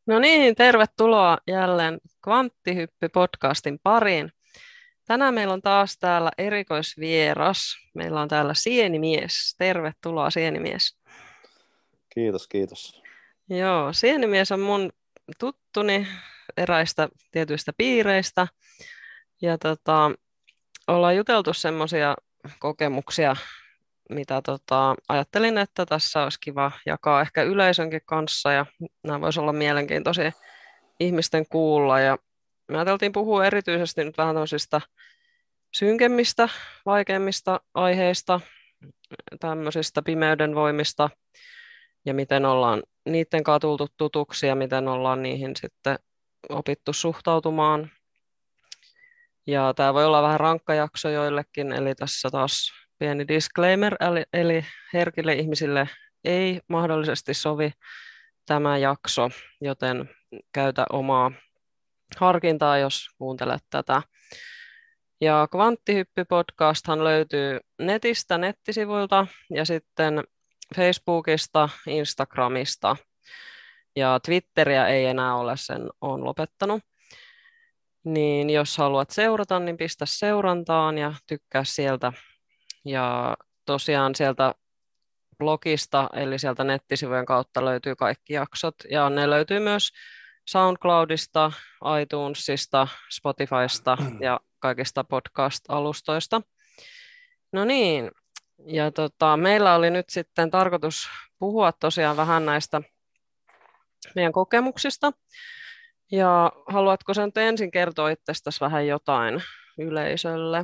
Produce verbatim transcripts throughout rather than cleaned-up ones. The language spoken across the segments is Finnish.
No niin, tervetuloa jälleen Kvanttihyppy-podcastin pariin. Tänään meillä on taas täällä erikoisvieras. Meillä on täällä Sienimies. Tervetuloa Sienimies. Kiitos, kiitos. Joo, Sienimies on mun tuttuni eräistä tietyistä piireistä. Ja tota, ollaan juteltu semmoisia kokemuksia, mitä tota, ajattelin, että tässä olisi kiva jakaa ehkä yleisönkin kanssa. Ja nämä voisi olla mielenkiintoisia ihmisten kuulla. Ja me ajateltiin puhua erityisesti nyt vähän tämmöisistä synkemmistä, vaikeimmista aiheista, tämmöisistä pimeyden voimista ja miten ollaan niiden kanssa tultu tutuksi ja miten ollaan niihin sitten opittu suhtautumaan. Ja tämä voi olla vähän rankka jakso joillekin, eli tässä taas pieni disclaimer, eli, eli herkille ihmisille ei mahdollisesti sovi tämä jakso, joten käytä omaa harkintaa, jos kuuntelet tätä. Ja Kvanttihyppy-podcasthan löytyy netistä, nettisivuilta ja sitten Facebookista, Instagramista. Ja Twitteriä ei enää ole, sen on lopettanut. Niin jos haluat seurata, niin pistä seurantaan ja tykkää sieltä. Ja tosiaan sieltä blogista, eli sieltä nettisivujen kautta löytyy kaikki jaksot. Ja ne löytyy myös SoundCloudista, iTunesista, Spotifysta ja kaikista podcast-alustoista. No niin, ja tota, meillä oli nyt sitten tarkoitus puhua tosiaan vähän näistä meidän kokemuksista. Ja haluatko sen ensin kertoa itsestäsi vähän jotain yleisölle?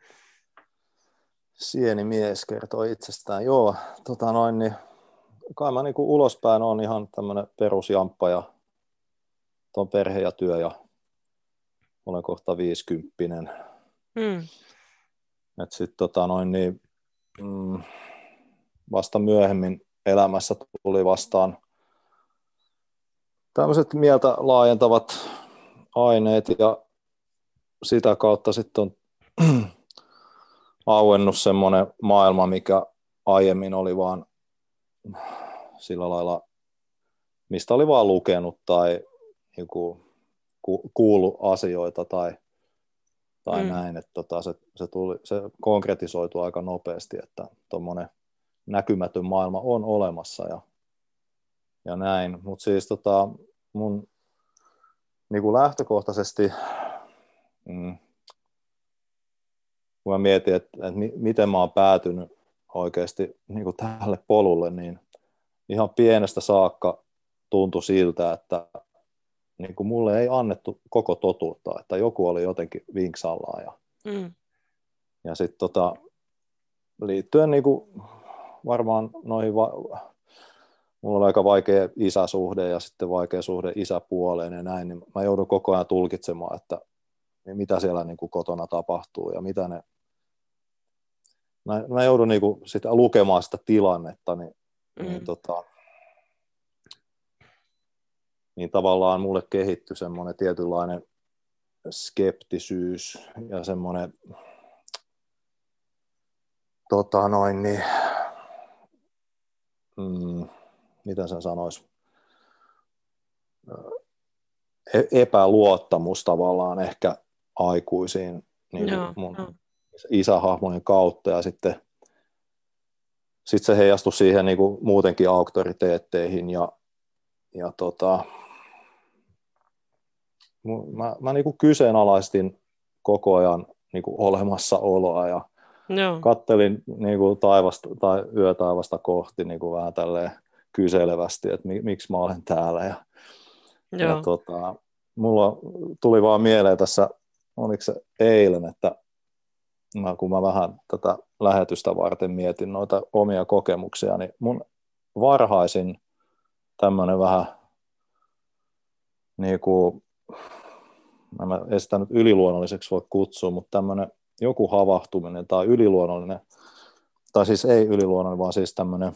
Sienimies kertoo itsestään. Joo, tota noin, niin kai mä niinku ulospäin on ihan tämmönen perusjamppa ja tuon perhe ja työ ja olen kohta viisikymppinen. Hmm. Et sit tota noin, niin, mm, vasta myöhemmin elämässä tuli vastaan tämmöiset mieltä laajentavat aineet ja sitä kautta sitten on auennut semmoinen maailma, mikä aiemmin oli vaan sillä lailla, mistä oli vaan lukenut tai joku, ku, kuullut asioita tai, tai Mm. näin, että tota, se, se, tuli, se konkretisoitui aika nopeasti, että tuommoinen näkymätön maailma on olemassa ja, ja näin, mutta siis tota, mun niin kuin lähtökohtaisesti, mm, kun mä mietin, että, että miten mä oon päätynyt oikeasti niin kuin tälle polulle, niin ihan pienestä saakka tuntui siltä, että niin kuin mulle ei annettu koko totuutta, että joku oli jotenkin vinksallaan. Ja, Mm. ja sitten tota, liittyen niin kuin varmaan noihin, va- mulla oli aika vaikea isäsuhde ja sitten vaikea suhde isäpuoleen ja näin, niin mä joudun koko ajan tulkitsemaan, että mitä siellä niin kuin kotona tapahtuu ja mitä ne. Mä, mä joudun niin kuin sitä lukemaan sitä tilannetta, niin, Mm. niin tota, niin tavallaan mulle kehittyi semmoinen tietynlainen skeptisyys ja semmoinen, tota noin, niin, mm, miten sen sanoisi, epäluottamus tavallaan ehkä aikuisiin niin kuin Joo, mun joo. isähahmojen kautta ja sitten sit se heijastui siihen niin kuin muutenkin auktoriteetteihin ja, ja tota, mä, mä niin kuin kyseenalaistin koko ajan niin kuin olemassaoloa ja Joo. kattelin niin kuin taivasta tai yötaivasta kohti niin kuin vähän tälleen kyselevästi, että mi, miksi mä olen täällä. Ja, ja Joo. tota, mulla tuli vaan mieleen tässä, oliko se eilen, että mä, kun mä vähän tätä lähetystä varten mietin noita omia kokemuksia, niin mun varhaisin tämmöinen vähän niin kuin, mä en sitä nyt yliluonnolliseksi voi kutsua, mutta tämmöinen joku havahtuminen tai yliluonnollinen, tai siis ei yliluonnollinen, vaan siis tämmöinen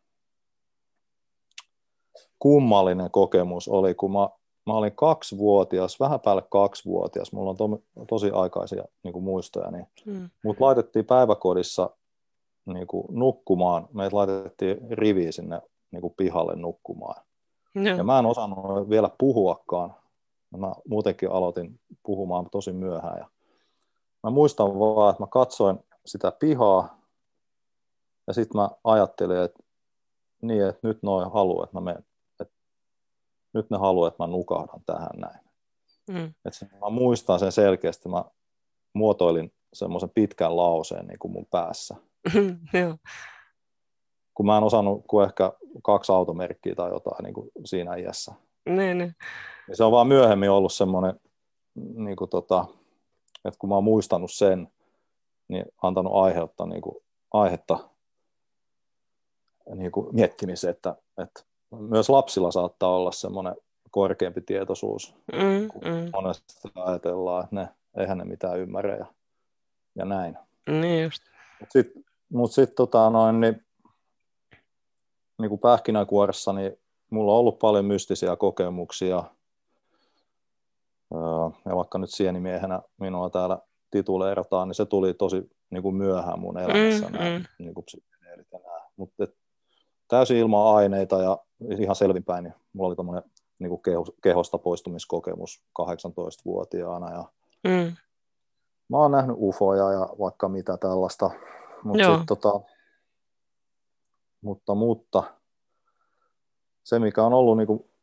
kummallinen kokemus oli, kun mä, mä olin kaksivuotias, vähän päälle kaksivuotias, mulla on to, tosi aikaisia niin kuin muistoja, niin Mm. mut laitettiin päiväkodissa niin kuin nukkumaan, meitä laitettiin riviin sinne niin kuin pihalle nukkumaan. Joo. Ja mä en osannut vielä puhuakaan. Mä muutenkin aloitin puhumaan tosi myöhään. Ja mä muistan vaan, että mä katsoin sitä pihaa ja sitten mä ajattelin, että niin, että nyt noin haluaa, että mä menen, että nyt ne haluaa, että mä nukahdan tähän näin. Mm. Että mä muistan sen selkeästi, mä muotoilin semmoisen pitkän lauseen niin kuin mun päässä. Joo. Kun mä en osannut kuin ehkä kaksi automerkkiä tai jotain niin kuin siinä iässä. Niin, niin. Ja se on vaan myöhemmin ollut semmoinen, niin kuin tota, että kun mä oon muistanut sen, niin antanut aiheutta, niin kuin, aihetta niin kuin miettimiseen, että, että myös lapsilla saattaa olla semmoinen korkeampi tietoisuus, Mm, kun mm. monesti ajatellaan, että ne, eihän ne mitään ymmärrä ja, ja näin. Niin just. Mutta sitten mut sit, tota, noin, niin, niin kuin pähkinänkuoressa, niin mulla on ollut paljon mystisiä kokemuksia. Öö, ja vaikka nyt sienimiehenä minua täällä tituleerataan, niin se tuli tosi niin kuin myöhään mun elämässä, Mm, nämä mm. niin kuin psykedeelit ja nämä. Mutta täysin ilman aineita ja ihan selvinpäin, niin mulla oli tämmöinen niin kuin kehosta poistumiskokemus kahdeksantoistavuotiaana. Ja Mm. mä oon nähnyt ufoja ja vaikka mitä tällaista, Mut Joo. sit, tota, mutta, mutta se mikä on ollut niin kuin,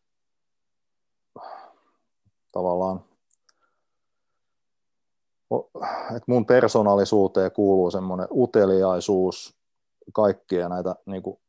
tavallaan, että mun persoonallisuuteen kuuluu semmoinen uteliaisuus, kaikkia näitä niin kuin,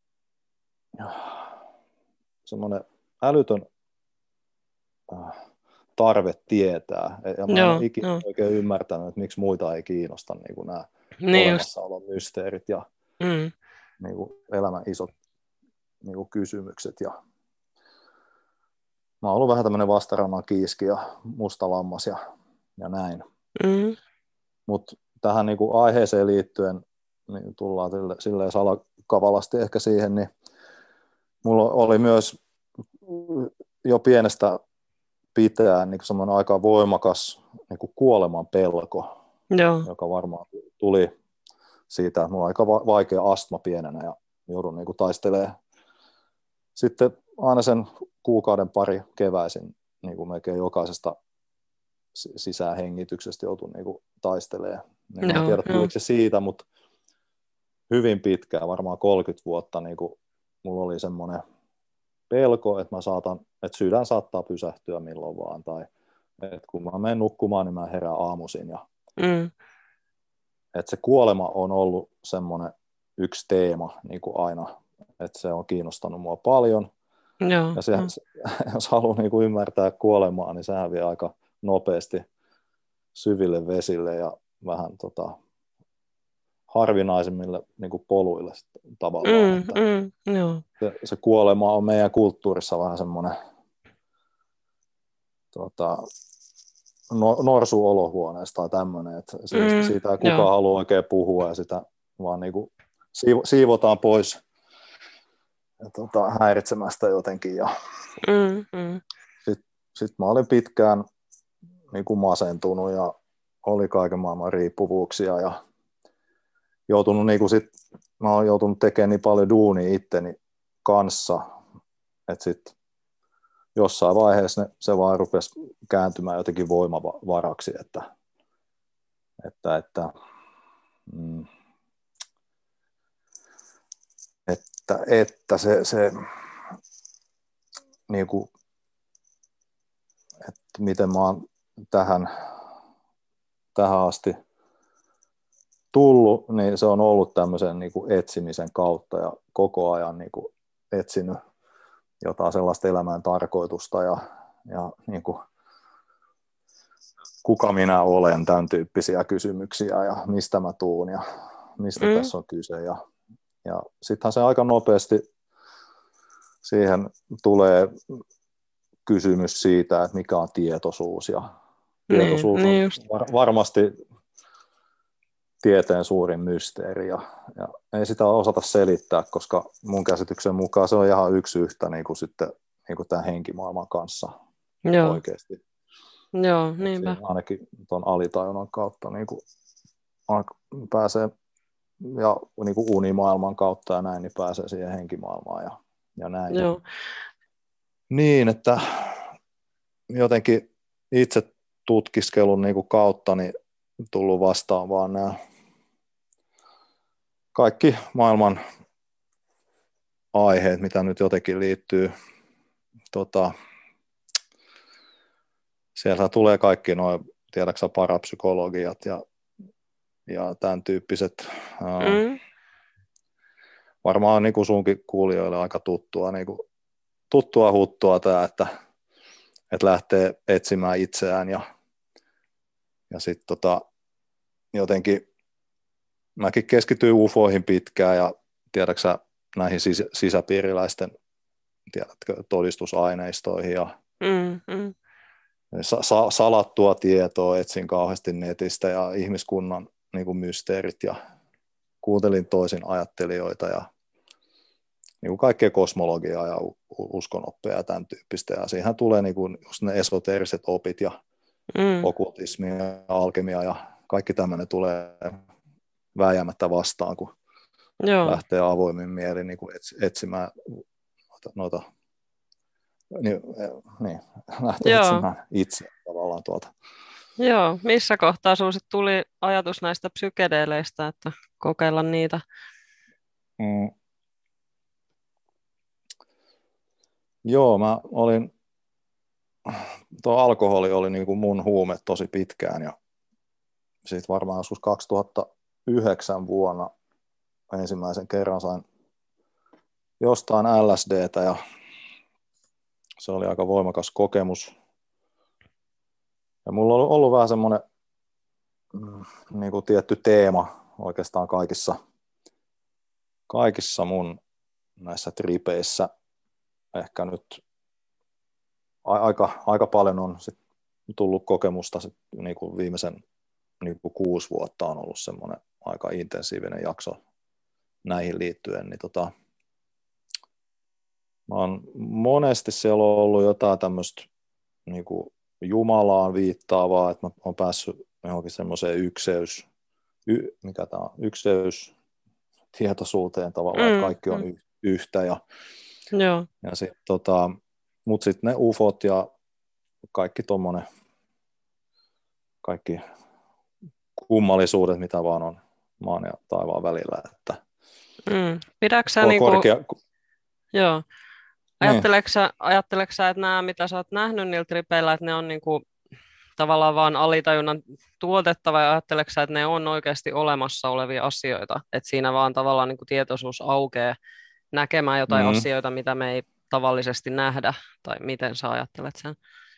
semmoinen älytön äh, tarve tietää. Ja mä en Joo, ole ikinä joo. oikein ymmärtänyt, että miksi muita ei kiinnosta niin kuin nämä Niin just. olemassaolon mysteerit ja Mm. niin kuin elämän isot niin kuin kysymykset. Ja mä oon ollut vähän tämmöinen vastarannan kiiski ja musta lammas ja, ja näin. Mm. Mutta tähän niin kuin aiheeseen liittyen niin tullaan sille, silleen salakavalasti ehkä siihen, niin mulla oli myös jo pienestä pitäen niin semmoinen aika voimakas niin kuin kuoleman pelko, Joo. joka varmaan tuli siitä, että mulla on aika vaikea astma pienenä ja joudun niin kuin taistelemaan sitten aina sen kuukauden pari keväisin niin kuin melkein jokaisesta sisäänhengityksestä joutui niin kuin taistelemaan. En Joo, tiedä, joo. tuliko se siitä, mutta hyvin pitkään, varmaan kolmekymmentä vuotta, niin kuin mulla oli semmoinen pelko, että mä saatan, että sydän saattaa pysähtyä milloin vaan, tai että kun mä menen nukkumaan, niin mä herään aamuisin. Ja, Mm. että se kuolema on ollut semmoinen yksi teema niin kuin aina, että se on kiinnostanut mua paljon. Joo, Ja se, joo. jos haluaa niin kuin ymmärtää kuolemaa, niin sehän vie aika nopeasti syville vesille ja vähän tota, harvinaisemmille niin kuin poluille tavallaan. Mm, että mm, joo. se, se kuolema on meidän kulttuurissa vähän semmoinen tota, no, norsu olohuoneesta tai tämmöinen, että se, Mm, siitä ei kukaan joo. halua oikein puhua ja sitä vaan niin kuin siivo, siivotaan pois ja, tota, häiritsemästä jotenkin. Ja Mm, mm. sitten sit mä olin pitkään niin kuin masentunut ja oli kaiken maailman riippuvuuksia ja joutunut niin kuin sit, mä oon joutunut tekemään niin paljon duunia itteni kanssa, että sitten jossain vaiheessa ne, se vaan rupesi kääntymään jotenkin voimavaraksi, että, että, että, mm, että, että se, se niin kuin, että miten mä oon tähän, tähän asti tullut, niin se on ollut tämmöisen niin kuin etsimisen kautta ja koko ajan niin kuin etsinyt jotain sellaista elämän tarkoitusta ja, ja niin kuin, kuka minä olen, tämän tyyppisiä kysymyksiä ja mistä mä tuun ja mistä Mm. tässä on kyse. Ja, ja sittenhän se aika nopeasti siihen tulee kysymys siitä, että mikä on tietoisuus. Ja Niin, tietoisuus on niin just. var- varmasti tieteen suurin mysteeri ja, ja ei sitä osata selittää, koska mun käsityksen mukaan se on ihan yksi yhtä niin kuin sitten niin kuin tämän henkimaailman kanssa Joo, oikeasti. joo, Et niinpä. siinä ainakin tuon alitajunnan kautta niin kuin pääsee ja niin kuin unimaailman kautta ja näin, niin pääsee siihen henkimaailmaan ja, ja näin. Joo. Niin, että jotenkin itse tutkiskelun niin kuin kautta niin tullut vastaan vaan nämä kaikki maailman aiheet, mitä nyt jotenkin liittyy. Tota, sieltä tulee kaikki nuo, tiedäksä, parapsykologiat ja, ja tämän tyyppiset. Ää, Mm. varmaan niin kuin sunkin kuulijoille aika tuttua, niin kuin, tuttua huttua tämä, että, että lähtee etsimään itseään ja, ja sitten tota, jotenkin mäkin keskityin U F Oihin pitkään ja tiedäksä näihin sis- sisäpiiriläisten tiedätkö, todistusaineistoihin ja Mm. Mm. sa- salattua tietoa etsin kauheasti netistä ja ihmiskunnan niin kuin mysteerit ja kuuntelin toisin ajattelijoita ja niin kuin kaikkea kosmologiaa ja uskonoppeja ja tämän tyyppistä. Ja siihen tulee niin kuin just ne esoteeriset opit ja Mm. okkultismi ja alkemia ja kaikki tämmöinen tulee vääjäämättä vastaan, kun Joo. lähtee avoimin mielin niin kuin etsimään noita, noita niin, niin, lähtee Joo. etsimään itse tavallaan tuolta. Joo. Missä kohtaa sinulle sit tuli ajatus näistä psykedeleistä, että kokeilla niitä? Mm. Joo, mä olin, tuo alkoholi oli niin kuin mun huume tosi pitkään ja sitten varmaan joskus kaksituhattayhdeksän vuonna ensimmäisen kerran sain jostain L S D:tä ja se oli aika voimakas kokemus. Ja mulla on ollut vähän semmoinen mm, niin kuin tietty teema oikeastaan kaikissa, kaikissa mun näissä tripeissä. Ehkä nyt aika, aika paljon on sit tullut kokemusta sit niin kuin viimeisen niin kuin kuusi vuotta on ollut semmoinen aika intensiivinen jakso näihin liittyen. Niin tota, mä oon monesti siellä on ollut jotain tämmöistä niin kuin Jumalaan viittaavaa, että mä oon päässyt johonkin semmoiseen ykseys, y, mikä tää on, ykseys tietoisuuteen tavallaan, mm, että kaikki on mm. yhtä. Ja, Joo. ja sit, tota, mut sitten ne U F Ot ja kaikki tommonen, kaikki kummallisuudet, mitä vaan on maan ja taivaan välillä. Että mm. Pidätkö sä korkea... niinku... Joo. Ajatteleksä, niin. ajatteleksä, että nämä, mitä sä oot nähnyt niillä tripeillä, että ne on niinku tavallaan vaan alitajunnan tuotetta, vai ajatteleksä, että ne on oikeasti olemassa olevia asioita, että siinä vaan tavallaan niinku tietoisuus aukeaa näkemään jotain mm. asioita, mitä me ei tavallisesti nähdä, tai miten sä ajattelet sen?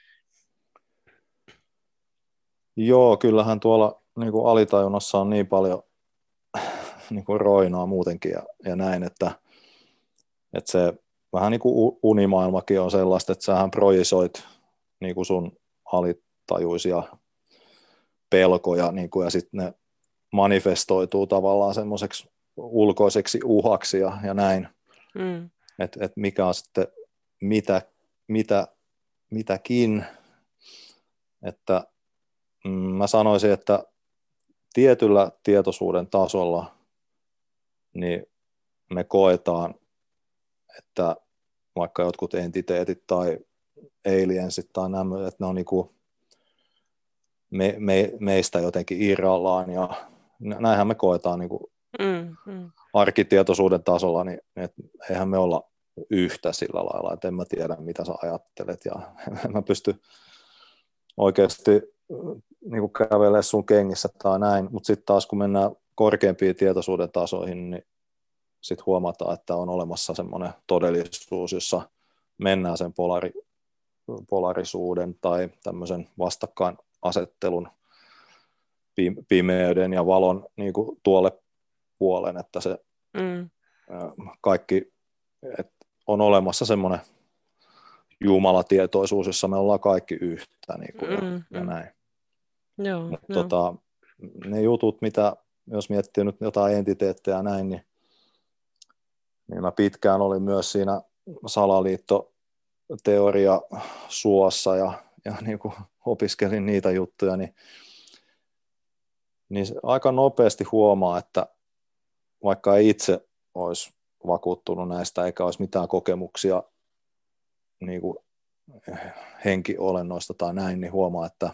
Joo, kyllähän tuolla niin kuin alitajunnassa on niin paljon niin kuin roinaa muutenkin ja, ja näin, että, että se vähän niin kuin unimaailmakin on sellaista, että sähän projisoit niin kuin sun alitajuisia pelkoja niin kuin, ja sitten ne manifestoituu tavallaan semmoiseksi ulkoiseksi uhaksi ja, ja näin, mm. että et mikä on sitten mitä, mitä, mitäkin, että mm, mä sanoisin, että tietyllä tietoisuuden tasolla niin me koetaan, että vaikka jotkut entiteetit tai aliensit tai nämä, että ne on niinku me, me, meistä jotenkin irrallaan ja näinhän me koetaan niinku mm, mm. arkitietoisuuden tasolla, niin et, eihän me olla yhtä sillä lailla, että en mä tiedä mitä sä ajattelet ja en mä pysty oikeasti niin kävelemään sun kengissä tai näin, mutta sitten taas kun mennään korkeampiin tietoisuuden tasoihin, niin sitten huomataan, että on olemassa semmoinen todellisuus, jossa mennään sen polari, polarisuuden tai tämmöisen vastakkainasettelun pimeyden ja valon niin kuin tuolle puolen, että se mm. kaikki, että on olemassa semmoinen jumalatietoisuus, jossa me ollaan kaikki yhtä niin kuin, ja, mm, ja näin. Joo, Mut, joo. Tota, ne jutut, mitä jos miettii nyt jotain entiteettejä ja näin, niin, niin mä pitkään olin myös siinä salaliittoteoria suossa ja, ja niin kuin opiskelin niitä juttuja, niin, niin aika nopeasti huomaa, että vaikka ei itse olisi vakuuttunut näistä eikä olisi mitään kokemuksia niin kuin henkiolennoista tai näin, niin huomaa, että,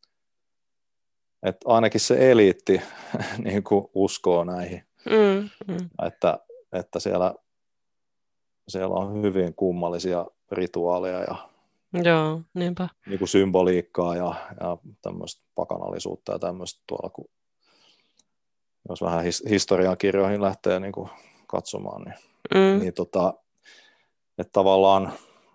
että ainakin se eliitti niin kuin uskoo näihin, Mm, mm. että, että siellä, siellä on hyvin kummallisia rituaaleja ja Joo, niinpä. niin kuin symboliikkaa ja, ja tämmöistä pakanallisuutta ja tämmöistä tuolla, kun jos vähän his, historiankirjoihin lähtee niin kuin katsomaan, niin, Mm, niin tota, että tavallaan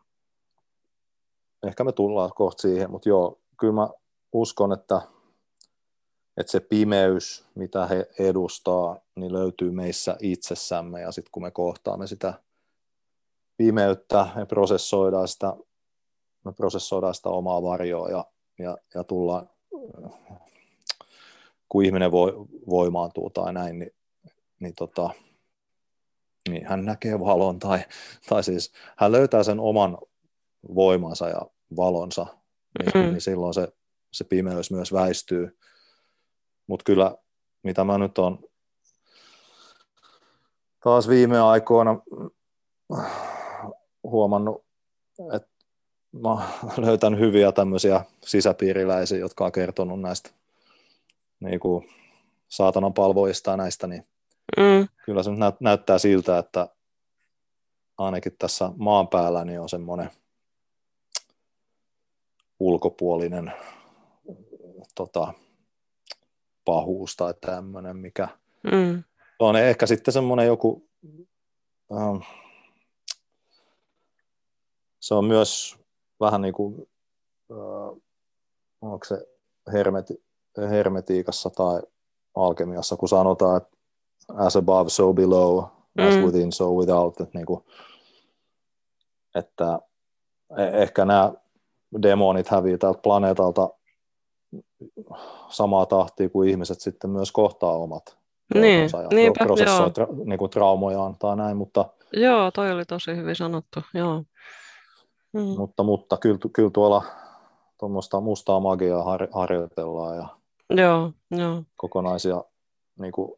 ehkä me tullaan kohta siihen, mutta joo, kyllä mä uskon, että, että se pimeys, mitä he edustaa, niin löytyy meissä itsessämme, ja sitten kun me kohtaamme sitä pimeyttä, me prosessoidaan sitä, me prosessoidaan sitä omaa varjoa, ja, ja, ja tullaan, kun ihminen voi, voimaantuu tai näin, niin, niin, tota, niin hän näkee valon, tai, tai siis hän löytää sen oman voimansa ja valonsa, niin, mm. niin silloin se, se pimeys myös väistyy. Mutta kyllä, mitä mä nyt on taas viime aikoina huomannut, että mä löytän hyviä tämmöisiä sisäpiiriläisiä, jotka on kertonut näistä niin kuin saatanan palvoista ja näistä, niin Mm. kyllä se nyt näyttää siltä, että ainakin tässä maan päällä niin on semmoinen ulkopuolinen tota, pahuus tai tämmöinen, mikä Mm. on ehkä sitten semmoinen joku, ähm, se on myös vähän niin kuin, äh, onko se hermeti, hermetiikassa tai alkemiassa, kun sanotaan, että as above, so below, as Mm. within, so without, että, niin kuin, että ehkä nämä demonit häviää tältä planeetalta samaa tahtia kuin ihmiset sitten myös kohtaa omat Niin, pelkonsa ja niinpä, prosessoi joo. tra- niin kuin traumojaan tai näin, mutta, Joo, toi oli tosi hyvin sanottu, joo. Mm. mutta, mutta kyllä, kyllä tuolla tuommoista mustaa magiaa har, harjoitellaan ja Joo, joo. kokonaisia niin kuin,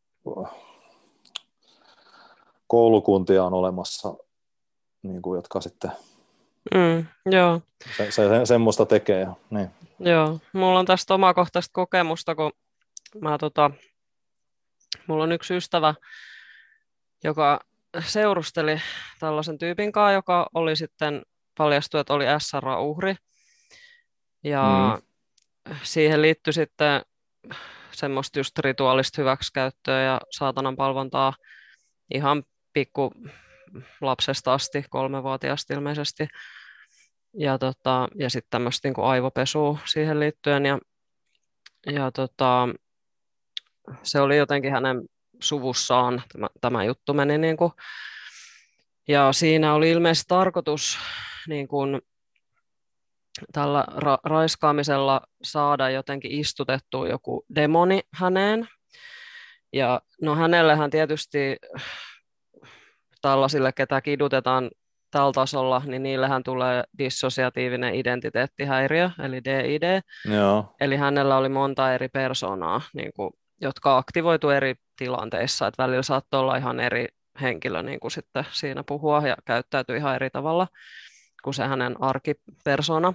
koulukuntia on olemassa, niin kuin, jotka sitten Mm, joo, se, se, se, semmoista tekee. Ja, niin. joo. Mulla on tästä omakohtaista kokemusta, kun mä, tota, mulla on yksi ystävä, joka seurusteli tällaisen tyypin kanssa, joka oli sitten paljastui, että oli S R A-uhri. Mm. Ja siihen liittyi sitten semmoista just rituaalista hyväksikäyttöä ja saatanan palvontaa ihan pikku lapsesta asti, kolmevuotiaasta ilmeisesti. Ja, tota, ja sitten tämmöistä niin aivopesua siihen liittyen. Ja, ja tota, se oli jotenkin hänen suvussaan, tämä, tämä juttu meni. Niin kuin, ja siinä oli ilmeisesti tarkoitus niin kuin, tällä ra- raiskaamisella saada jotenkin istutettua joku demoni häneen. Ja no hänellehän tietysti tällaisille, ketä kidutetaan tällä tasolla, niin niillähän tulee dissosiatiivinen identiteettihäiriö, eli D I D. Joo. Eli hänellä oli monta eri persoonaa, niin kuin, jotka aktivoitu eri tilanteissa. Että välillä saattoi olla ihan eri henkilö niin kuin sitten siinä puhua ja käyttäytyy ihan eri tavalla kuin se hänen arkipersona.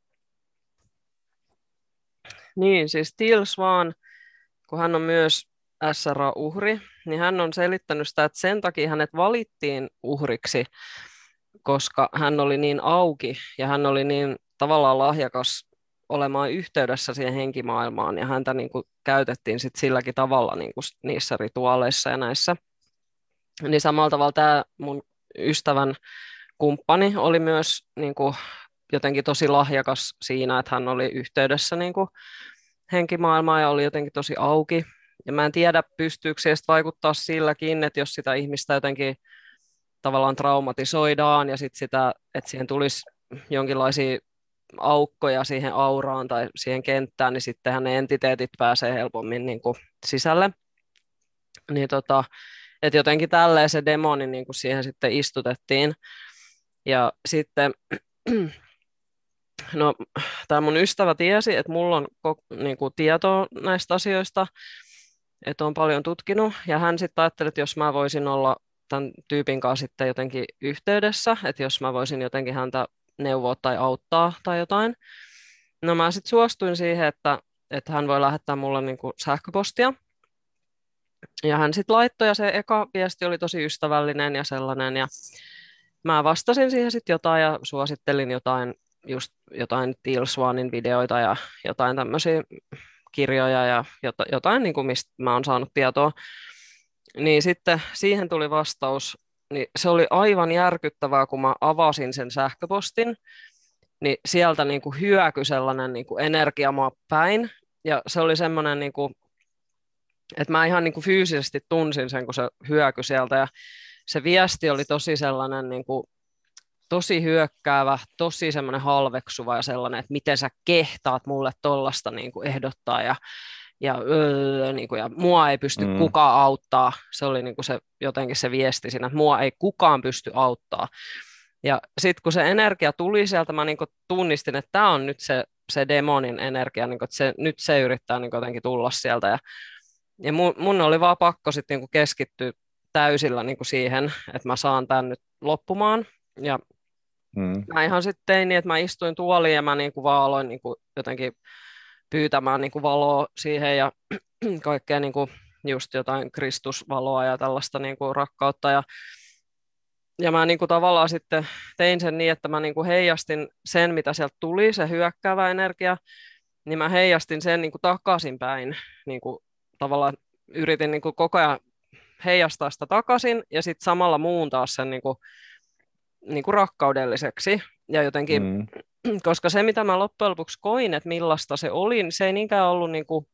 Niin, siis Tills vaan, kun hän on myös S R A-uhri, niin hän on selittänyt sitä, että sen takia hänet valittiin uhriksi, koska hän oli niin auki ja hän oli niin tavallaan lahjakas olemaan yhteydessä siihen henkimaailmaan ja häntä niin kuin käytettiin sit silläkin tavalla niin kuin niissä rituaaleissa ja näissä. Niin samalla tavalla tämä mun ystävän kumppani oli myös niin kuin jotenkin tosi lahjakas siinä, että hän oli yhteydessä niin kuin henkimaailmaan ja oli jotenkin tosi auki. Ja mä en tiedä, pystyykö se vaikuttaa silläkin, että jos sitä ihmistä jotenkin tavallaan traumatisoidaan ja sit sitä, että siihen tulisi jonkinlaisia aukkoja siihen auraan tai siihen kenttään, niin sittenhän ne entiteetit pääsee helpommin niin kuin sisälle. Niin tota, että jotenkin tälleen se demoni niin kuin siihen sitten istutettiin. Ja sitten no, tämä mun ystävä tiesi, että mulla on niin kuin tietoa näistä asioista, että on paljon tutkinut, ja hän sitten ajatteli, että jos mä voisin olla tämän tyypin kanssa sitten jotenkin yhteydessä, että jos mä voisin jotenkin häntä neuvoa tai auttaa tai jotain. No mä sitten suostuin siihen, että, että hän voi lähettää mulle niin kuin sähköpostia. Ja hän sitten laittoi, ja se eka viesti oli tosi ystävällinen ja sellainen, ja mä vastasin siihen sitten jotain ja suosittelin jotain, just jotain Teal Swanin videoita ja jotain tämmöisiä kirjoja ja jotain, niin kuin mistä mä oon saanut tietoa. Niin sitten siihen tuli vastaus, niin se oli aivan järkyttävää, kun mä avasin sen sähköpostin, niin sieltä niin kuin hyökyi sellainen niin kuin energia mua päin, ja se oli semmoinen, niin kuin, että mä ihan niin kuin fyysisesti tunsin sen, kun se hyökyi sieltä, ja se viesti oli tosi sellainen, niin kuin, tosi hyökkäävä, tosi semmoinen halveksuva ja sellainen, että miten sä kehtaat mulle tollasta niin kuin ehdottaa, ja Ja, öö, niin kuin, ja mua ei pysty mm. kukaan auttaa. Se oli niin kuin se, jotenkin se viesti siinä, että mua ei kukaan pysty auttaa. Ja sitten kun se energia tuli sieltä, mä niin kuin tunnistin, että tämä on nyt se, se demonin energia, niin kuin, että se, nyt se yrittää niin kuin jotenkin tulla sieltä. Ja, ja mun, mun oli vaan pakko sitten niin kuin keskittyä täysillä niin kuin siihen, että mä saan tämän nyt loppumaan. Ja mm. mä ihan sitten tein niin, että mä istuin tuoliin ja mä niin kuin vaan aloin niin kuin jotenkin pyytämään niin kuin valoa siihen ja kaikkea niin kuin just jotain Kristusvaloa ja tällaista niin kuin rakkautta. Ja, ja mä niin kuin tavallaan sitten tein sen niin, että mä niin kuin heijastin sen, mitä sieltä tuli, se hyökkäävä energia, niin mä heijastin sen niin kuin takaisinpäin. Niin kuin tavallaan yritin niin kuin koko ajan heijastaa sitä takaisin ja sitten samalla muuntaa sen niin kuin, niin kuin rakkaudelliseksi. Ja jotenkin, mm. koska se, mitä mä loppujen lopuksi koin, että millaista se oli, niin se ei niinkään ollut, niin kuin,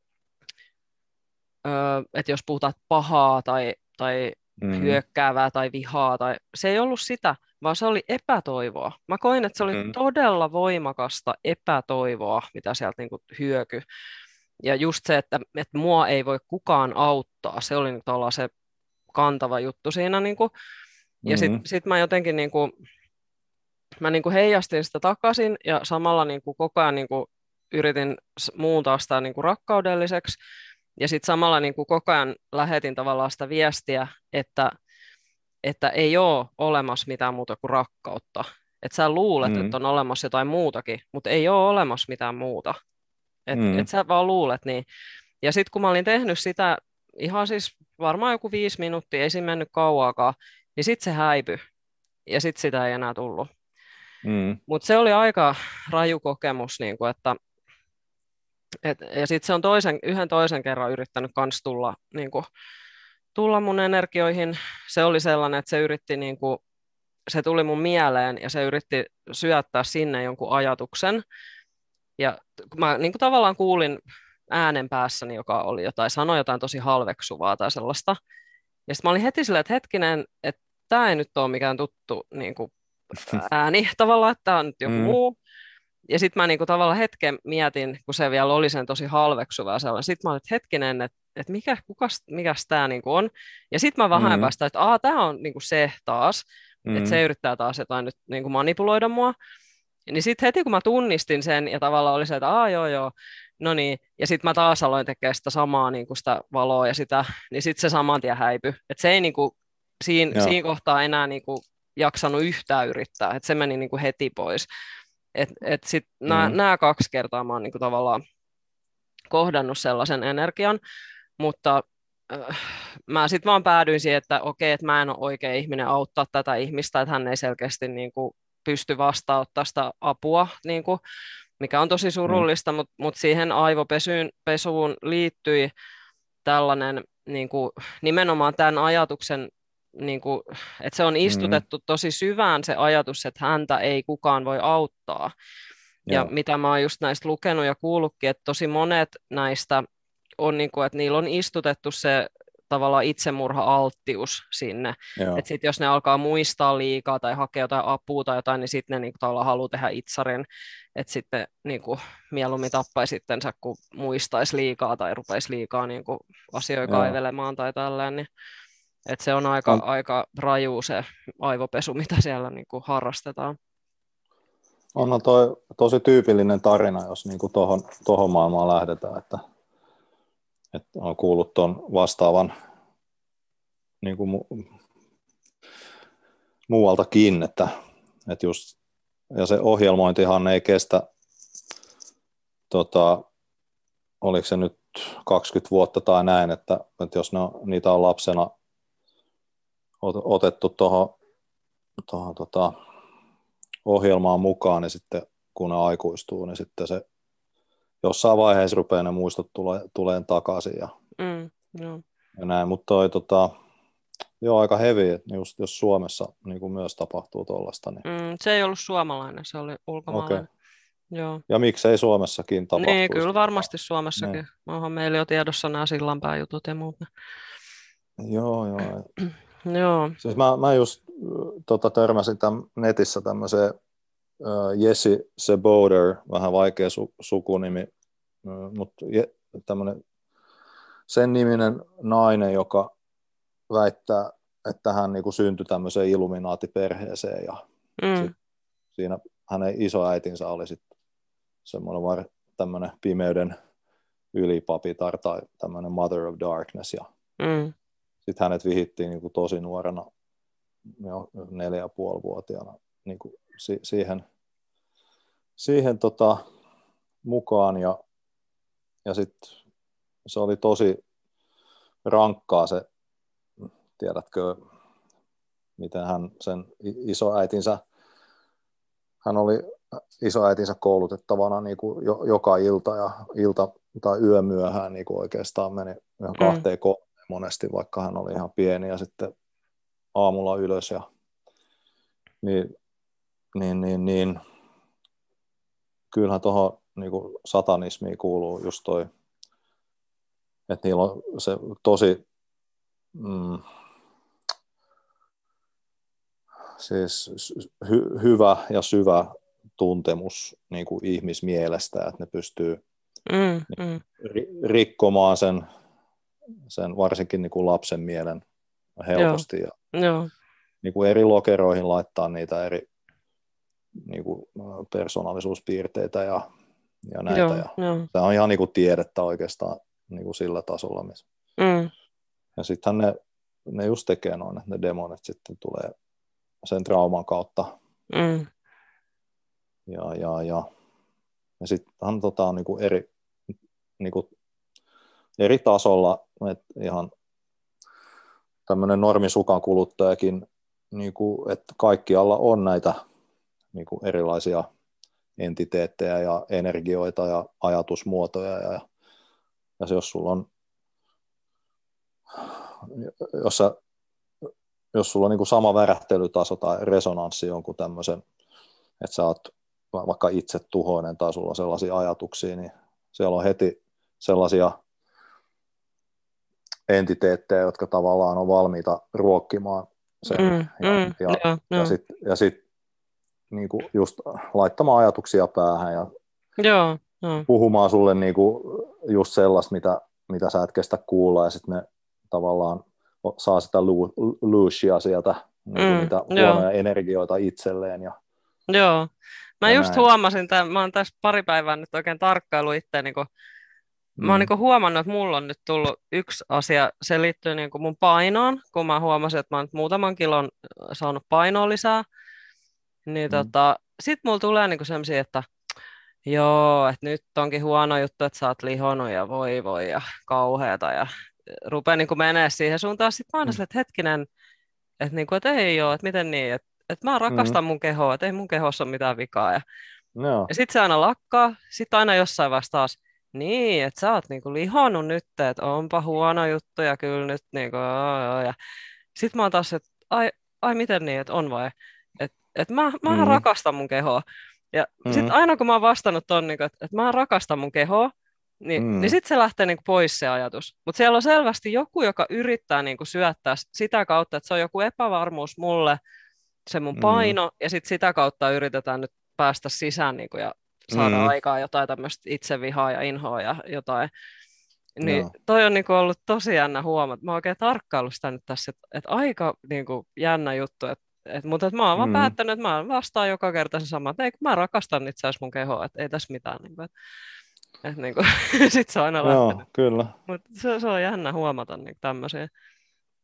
öö, että jos puhutaan pahaa tai, tai mm. hyökkäävää tai vihaa, tai, se ei ollut sitä, vaan se oli epätoivoa. Mä koin, että se oli mm. todella voimakasta epätoivoa, mitä sieltä niin kuin hyökyi. Ja just se, että, että mua ei voi kukaan auttaa, se oli niin se kantava juttu siinä. Niin kuin. Ja sitten mm. sit mä jotenkin... Niin kuin, Mä niin kuin heijastin sitä takaisin ja samalla niin kuin koko ajan niin kuin yritin muuntaa sitä niin kuin rakkaudelliseksi. Ja sitten samalla niin kuin koko ajan lähetin tavallaan sitä viestiä, että, että ei ole olemassa mitään muuta kuin rakkautta. Että sä luulet, mm. että on olemassa jotain muutakin, mutta ei ole olemassa mitään muuta. Että mm. et sä vaan luulet niin. Ja sitten kun mä olin tehnyt sitä ihan siis varmaan joku viisi minuuttia, ei siinä mennyt kauaakaan, niin sitten se häipyi. Ja sitten sitä ei enää tullut. Mm. Mutta se oli aika raju kokemus, niin kuin, että et, ja sitten se on toisen, yhden toisen kerran yrittänyt kans tulla, niin kuin, tulla mun energioihin. Se oli sellainen, että se yritti, niin kuin, se tuli mun mieleen ja se yritti syöttää sinne jonkun ajatuksen. Ja mä niin kuin, tavallaan kuulin äänen päässäni, joka oli jotain, sanoi jotain tosi halveksuvaa tai sellaista. Ja sitten mä olin heti silleen, että hetkinen, että tämä ei nyt ole mikään tuttu niin kuin, ääni tavallaan, että tämä on nyt joku mm. muu. Ja sitten mä niinku tavallaan hetken mietin, kun se vielä oli sen tosi halveksuva ja sellainen. Sitten mä olin, että hetkinen, että, että mikä, kukas, mikäs tämä niinku on. Ja sitten mä vähän mm. päästä, että tämä on niinku se taas, mm. että se yrittää taas jotain nyt niinku manipuloida mua. Niin sitten heti kun mä tunnistin sen ja tavallaan oli se, että aah joo joo, no niin. Ja sitten mä taas aloin tekemään sitä samaa niinku sitä valoa ja sitä, niin sitten se saman tien häipyi. Että se ei niinku siinä, siinä kohtaa enää niinku jaksanut yhtään yrittää, että se meni niin kuin heti pois. Et, et sit mm. nämä kaksi kertaa mä oon niin kuin tavallaan kohdannut sellaisen energian, mutta äh, mä sitten vaan päädyin siihen, että okei, että mä en ole oikea ihminen auttaa tätä ihmistä, että hän ei selkeästi niin kuin pysty vastaanottamaan sitä apua, niin kuin, mikä on tosi surullista, mm. mutta mut siihen aivopesuun liittyi tällainen niin kuin, nimenomaan tämän ajatuksen niin kuin, että se on istutettu mm. tosi syvään se ajatus, että häntä ei kukaan voi auttaa. Ja Joo. mitä mä oon just näistä lukenut ja kuullutkin, että tosi monet näistä on, niin kuin, että niillä on istutettu se tavallaan itsemurha-alttius sinne. Että sitten jos ne alkaa muistaa liikaa tai hakea jotain apua tai jotain, niin sitten ne niin kuin, tavallaan haluaa tehdä itsarin. Että sitten niin kuin, mieluummin tappaisi itsensä, kun muistaisi liikaa tai rupeisi liikaa niin kuin, asioita Joo. kaivelemaan tai tälleen. Niin että se on aika, on. aika raju se aivopesu, mitä siellä niin kuin harrastetaan. On no toi tosi tyypillinen tarina, jos niin kuin tohon, tohon maailmaan lähdetään, että, että on kuullut tuon vastaavan niin kuin muualtakin, että, että just, ja se ohjelmointihan ei kestä, tota, oliko se nyt kaksikymmentä vuotta tai näin, että, että jos ne on, niitä on lapsena otettu tuohon tuohon tota, ohjelmaan mukaan, niin sitten kun ne aikuistuu, niin sitten se jossain vaiheessa rupeaa ne muistot tulee, tulee takaisin ja, Mm, joo. ja näin, mutta toi tota, joo, aika heavy, että just jos Suomessa niin kuin myös tapahtuu tuollaista. Niin... Mm, se ei ollut suomalainen, se oli ulkomaalainen. Okay. Joo. Ja miksei Suomessakin tapahtuisi? Niin, kyllä varmasti Suomessakin. Niin. Onhan meillä jo tiedossa nämä sillanpää jutut ja muut. Joo, joo. Joo. Siis mä, mä just tota, törmäsin tämän netissä tämmöiseen uh, Jessi Seboder, vähän vaikea su, sukunimi, uh, mutta je, tämmöinen sen niminen nainen, joka väittää, että hän niin kuin syntyi tämmöiseen Illuminaati-perheeseen ja Mm. sit siinä hänen isoäitinsä oli sitten semmoinen var, tämmöinen pimeyden ylipapitar tai tämmöinen Mother of Darkness ja Mm. sitten hänet vihittiin niin kuin tosi nuorena, jo neljä ja puoli vuotiaana niin kuin si- siihen, siihen tota, mukaan ja, ja sitten se oli tosi rankkaa se, tiedätkö, miten hän sen isoäitinsä, hän oli isoäitinsä koulutettavana niin kuin jo, joka ilta ja ilta tai yömyöhään niin kuin oikeastaan meni ihan kahteen kolmeen monesti, vaikka hän oli ihan pieni ja sitten aamulla ylös ja niin, niin, niin, niin. Kyllähän tuohon niin kuin satanismiin kuuluu just toi, että niillä on se tosi mm, siis hy, hyvä ja syvä tuntemus niin kuin ihmismielestä, että ne pystyy Mm, mm. rikkomaan sen, sen varsinkin niin kuin lapsen mielen helposti Joo. ja Joo. niin kuin eri lokeroihin laittaa niitä eri niin kuin persoonallisuuspiirteitä ja, ja näitä. Joo, ja joo. tämä on ihan niin kuin tiedettä oikeastaan niin kuin sillä tasolla. Missä. Mm. Ja sittenhän ne, ne just tekee noin, että ne demonit sitten tulee sen trauman kautta. Mm. Ja, ja, ja. ja sittenhän tota on niin kuin eri, niin kuin eri tasolla, että ihan tämmöinen normisukan kuluttajakin, niin kuin, että kaikkialla on näitä niin kuin erilaisia entiteettejä ja energioita ja ajatusmuotoja. Ja, ja se, jos sulla on, jos, sä, jos sulla on niin kuin sama värähtelytaso tai resonanssi jonkun tämmöisen, että sä oot vaikka itse tuhoinen tai sulla on sellaisia ajatuksia, niin siellä on heti sellaisia entiteettejä, jotka tavallaan on valmiita ruokkimaan sen. Mm, ja, mm, ja, joo, ja joo. sitten ja sit, niin kuin just laittamaan ajatuksia päähän ja Joo, joo. puhumaan sulle niin kuin just sellaista, mitä, mitä sä et kestä kuulla, ja sitten ne tavallaan saa sitä luushia sieltä, niin kuin Mm, niitä joo. huonoja energioita itselleen. Ja, Joo. Mä ja just näin. huomasin, että mä oon tässä pari päivää nyt oikein tarkkailu itse, niin kun, Mm. mä oon niin huomannut, että mulla on nyt tullut yksi asia, se liittyy niin mun painoon, kun mä huomasin, että mä oon nyt muutaman kilon saanut painoa lisää, niin Mm. tota, sit mulla tulee niin sellaisia, että joo, että nyt onkin huono juttu, että sä oot lihonut ja voi voi ja kauheata ja rupeaa niin menee siihen suuntaan. Sitten mä oon Mm. sille, että hetkinen, että, niin kuin, että ei ole, että miten niin, että, että mä rakastan Mm. mun kehoa, että ei mun kehossa ole mitään vikaa. Ja, Joo. ja sitten se aina lakkaa, sitten aina jossain vaiheessa taas, niin, että sä oot niin kuin lihonnut nyt, että onpa huono juttu ja kyllä nyt niin kuin, ja sitten mä oon taas, että ai, ai miten niin, että on vai, että, että mä, mä Mm. rakastan mun kehoa. Ja Mm. sitten aina kun mä oon vastannut ton, niin kuin, että, että mä rakastan mun kehoa, niin, Mm. niin sitten se lähtee niin kuin pois se ajatus. Mutta siellä on selvästi joku, joka yrittää niin kuin syöttää sitä kautta, että se on joku epävarmuus mulle, se mun Mm. paino, ja sitten sitä kautta yritetään nyt päästä sisään niin kuin, ja saada Mm. aikaa jotain tämmöistä itsevihaa ja inhoa ja jotain. Niin Joo. toi on niin kuin ollut tosi jännä huomata. Mä oon oikein tarkkaillut sitä nyt tässä, että, että aika niin kuin jännä juttu, että et, mutta et mä oon vaan Mm. päättänyt, että mä vastaan joka kerta sen saman, että ei, kun mä rakastan itse asiassa mun kehoa, että ei tässä mitään. Niin kuin, että, että, niin kuin, sit se on aina Joo, lähtenyt. kyllä. Mutta se, se on jännä huomata niin tämmöisiä.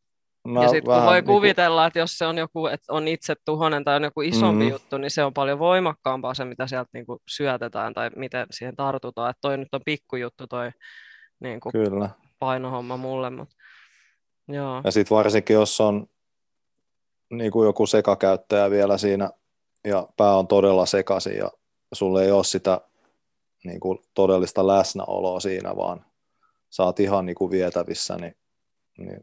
mä Ja sitten kun vähän voi niin kuin, kuvitella, että jos se on joku, että on itse tuhonen tai on joku isompi mm, juttu, niin se on paljon voimakkaampaa se, mitä sieltä niin kuin syötetään tai miten siihen tartutaan. Että toi nyt on pikkujuttu toi niin kuin kyllä. painohomma mulle, mutta joo. Ja sitten varsinkin, jos on niin kuin joku sekakäyttäjä vielä siinä ja pää on todella sekaisin ja sulle ei ole sitä niin kuin todellista läsnäoloa siinä, vaan sä oot ihan niin kuin vietävissä, niin, niin,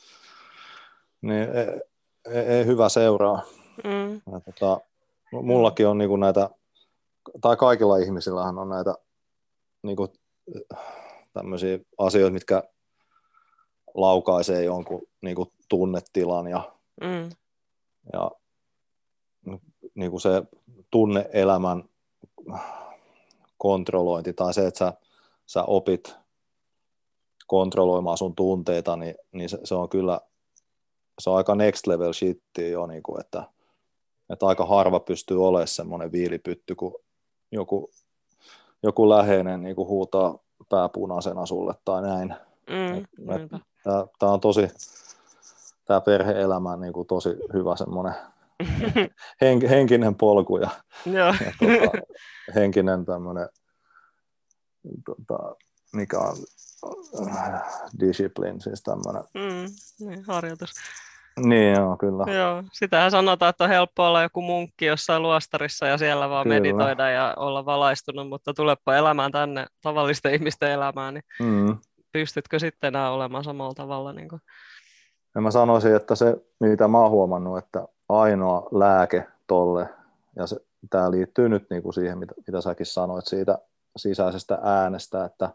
niin ei, ei, ei hyvä seuraa. Mm. Ja tota, mullakin on niin kuin näitä, tai kaikilla ihmisillähän on näitä niin kuin tämmöisiä asioita, mitkä laukaisee jonkun niin kuin tunnetilan ja, Mm. ja niin kuin se tunne-elämän kontrollointi tai se, että sä, sä opit kontrolloimaan sun tunteita, niin, niin se, se on kyllä se on aika next level shittiä jo, niin kuin, että, että aika harva pystyy olemaan semmoinen viilipytty, kun joku, joku läheinen niin kuin huutaa pääpunaisena sulle tai näin. Mm. Tämä on tosi, tämä perhe-elämä on niin kuin tosi hyvä semmoinen hen, henkinen polku ja, Joo. ja tota, henkinen tämmöinen, tota, mikä on discipline, siis tämmöinen. Mm. Niin, harjoitus. Niin, joo, kyllä. Joo, sitähän sanotaan, että on helppo olla joku munkki jossain luostarissa ja siellä vaan Kyllä. meditoida ja olla valaistunut, mutta tulepa elämään tänne tavallisten ihmisten elämään, niin Mm. pystytkö sitten enää olemaan samalla tavalla? Niin kuin? Ja mä sanoisin, että se, mitä mä oon huomannut, että ainoa lääke tolle, ja se, tämä liittyy nyt niin kuin siihen, mitä, mitä säkin sanoit siitä sisäisestä äänestä, että,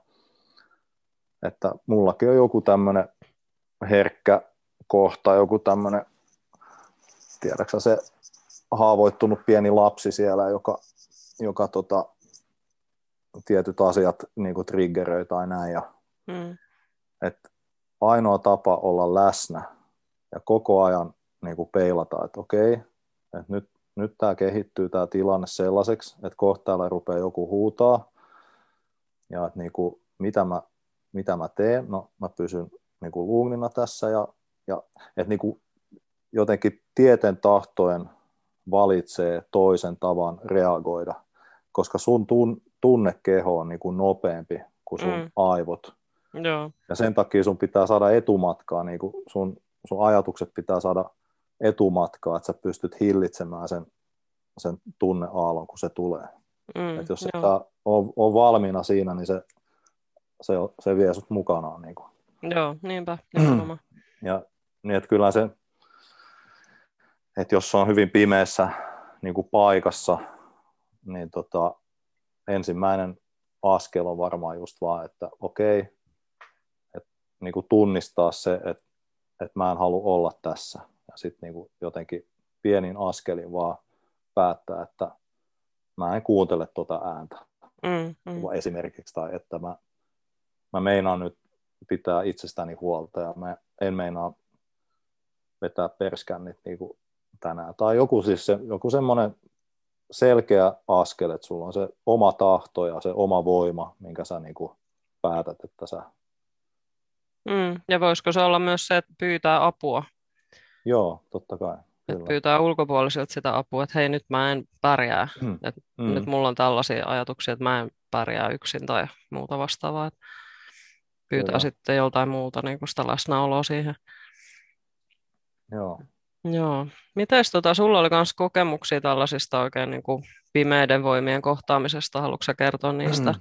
että mullakin on joku tämmöinen herkkä kohta, joku tämmöinen, tiedätkö se haavoittunut pieni lapsi siellä, joka, joka tota, tietyt asiat niin kuin triggeröi tai näin, ja Mm. että ainoa tapa olla läsnä ja koko ajan niin kuin peilata, että okei, että nyt, nyt tämä kehittyy tämä tilanne sellaiseksi, että kohta täällä rupeaa joku huutaa, ja että niin kuin, mitä, mä, mitä mä teen, no mä pysyn niin kuin luunina tässä, ja, ja että niin kuin jotenkin tieten tahtoen valitsee toisen tavan reagoida, koska sun tun, tunnekeho on niin kuin nopeampi kuin sun Mm. aivot. Joo. Ja sen takia sun pitää saada etumatkaa, niin kuin sun, sun ajatukset pitää saada etumatkaa, että sä pystyt hillitsemään sen, sen tunneaallon, kun se tulee. Mm. Et jos sä Joo. on, on valmiina siinä, niin se, se, se vie sut mukanaan. Niin kuin. Joo, niinpä, nimenomaan. Ja niin, että kyllä se, että jos on hyvin pimeässä niin kuin paikassa, niin tota, ensimmäinen askel on varmaan just vaan, että okei, että niin kuin tunnistaa se, että, että mä en halua olla tässä. Ja sitten niin kuin jotenkin pienin askelin vaan päättää, että mä en kuuntele tuota ääntä Mm, mm. esimerkiksi, tai että mä, mä meinaan nyt pitää itsestäni huolta ja mä en meinaa vetää perskännit niin kuin tänään. Tai joku, siis se, joku semmoinen selkeä askel, että sulla on se oma tahto ja se oma voima, minkä sä niin kuin päätät, että sä... Mm. Ja voisiko se olla myös se, että pyytää apua? Joo, totta kai. Että pyytää ulkopuolisilta sitä apua, että hei, nyt mä en pärjää. Mm. Että Mm. nyt mulla on tällaisia ajatuksia, että mä en pärjää yksin tai muuta vastaavaa. Että pyytää Kyllä. sitten joltain muuta niin kuin sitä läsnäoloa siihen. Joo. Joo. Mites tota, sulla oli myös kokemuksia tällaisista oikein niin kuin pimeiden voimien kohtaamisesta? Haluatko sä kertoa niistä?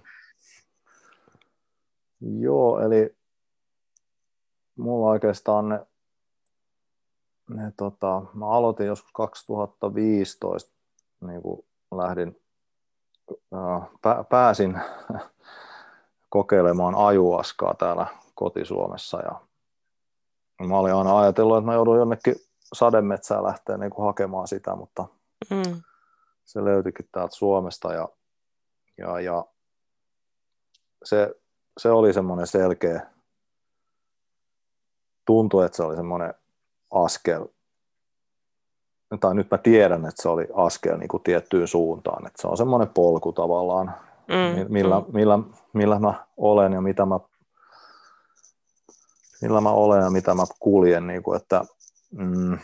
Joo, eli mulla oikeastaan ne, ne tota, mä aloitin joskus kaksituhattaviisitoista, niin kuin lähdin, äh, pä, pääsin kokeilemaan ajuaskaa täällä koti-Suomessa ja mä olin aina ajatellut, että mä joudun jonnekin sademetsään lähteä niin kuin hakemaan sitä, mutta Mm. se löytyikin täältä Suomesta ja, ja, ja se, se oli semmoinen selkeä, tuntui, että se oli semmoinen askel, tai nyt mä tiedän, että se oli askel niin kuin tiettyyn suuntaan, että se on semmoinen polku tavallaan, Mm. millä, Mm. millä, millä mä olen ja mitä mä millä mä olen ja mitä mä kuljen. Niin kuin, että, mm,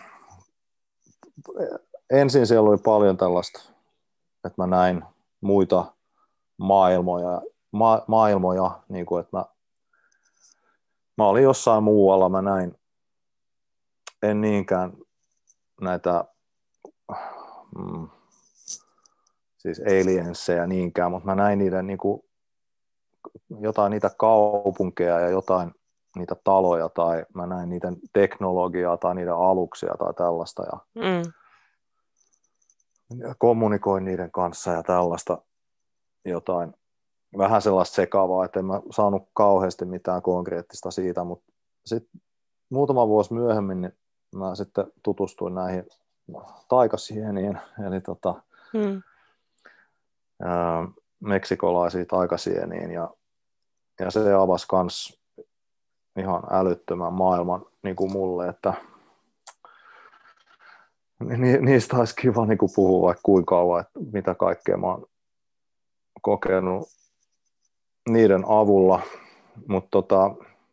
ensin siellä oli paljon tällaista, että mä näin muita maailmoja, ma- maailmoja niin kuin, että mä, mä olin jossain muualla, mä näin en niinkään näitä mm, siis aliensseja niinkään, mutta mä näin niiden niin kuin, jotain niitä kaupunkeja ja jotain niitä taloja tai mä näin niiden teknologiaa tai niiden aluksia tai tällaista ja Mm. kommunikoin niiden kanssa ja tällaista jotain vähän sellaista sekaavaa, että en mä saanut kauheasti mitään konkreettista siitä, mutta sitten muutama vuosi myöhemmin niin mä sitten tutustuin näihin taikasieniin, eli tota, Mm. ää, meksikolaisiin taikasieniin ja, ja se avasi kans ihan älyttömän maailman niin kuin mulle, että ni, niistä olisi kiva niin kuin puhua vaikka kuinka kauan, että mitä kaikkea mä oon kokenut niiden avulla, mutta tota,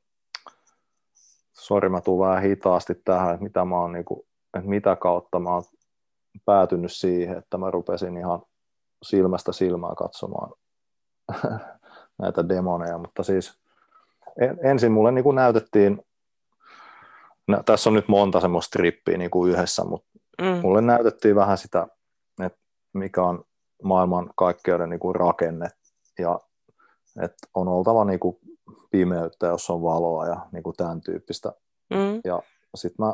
sori mä tuun vähän hitaasti tähän, että mitä, mä oon, niin kuin, että mitä kautta mä oon päätynyt siihen, että mä rupesin ihan silmästä silmään katsomaan näitä demoneja, mutta siis ensin mulle niin kuin näytettiin, no, tässä on nyt monta semmoista strippiä niin kuin yhdessä, mutta Mm. mulle näytettiin vähän sitä, että mikä on maailman kaikkeuden niin kuin rakenne ja että on oltava niin kuin pimeyttä, jos on valoa ja niin kuin tämän tyyppistä. Mm. Ja sitten mä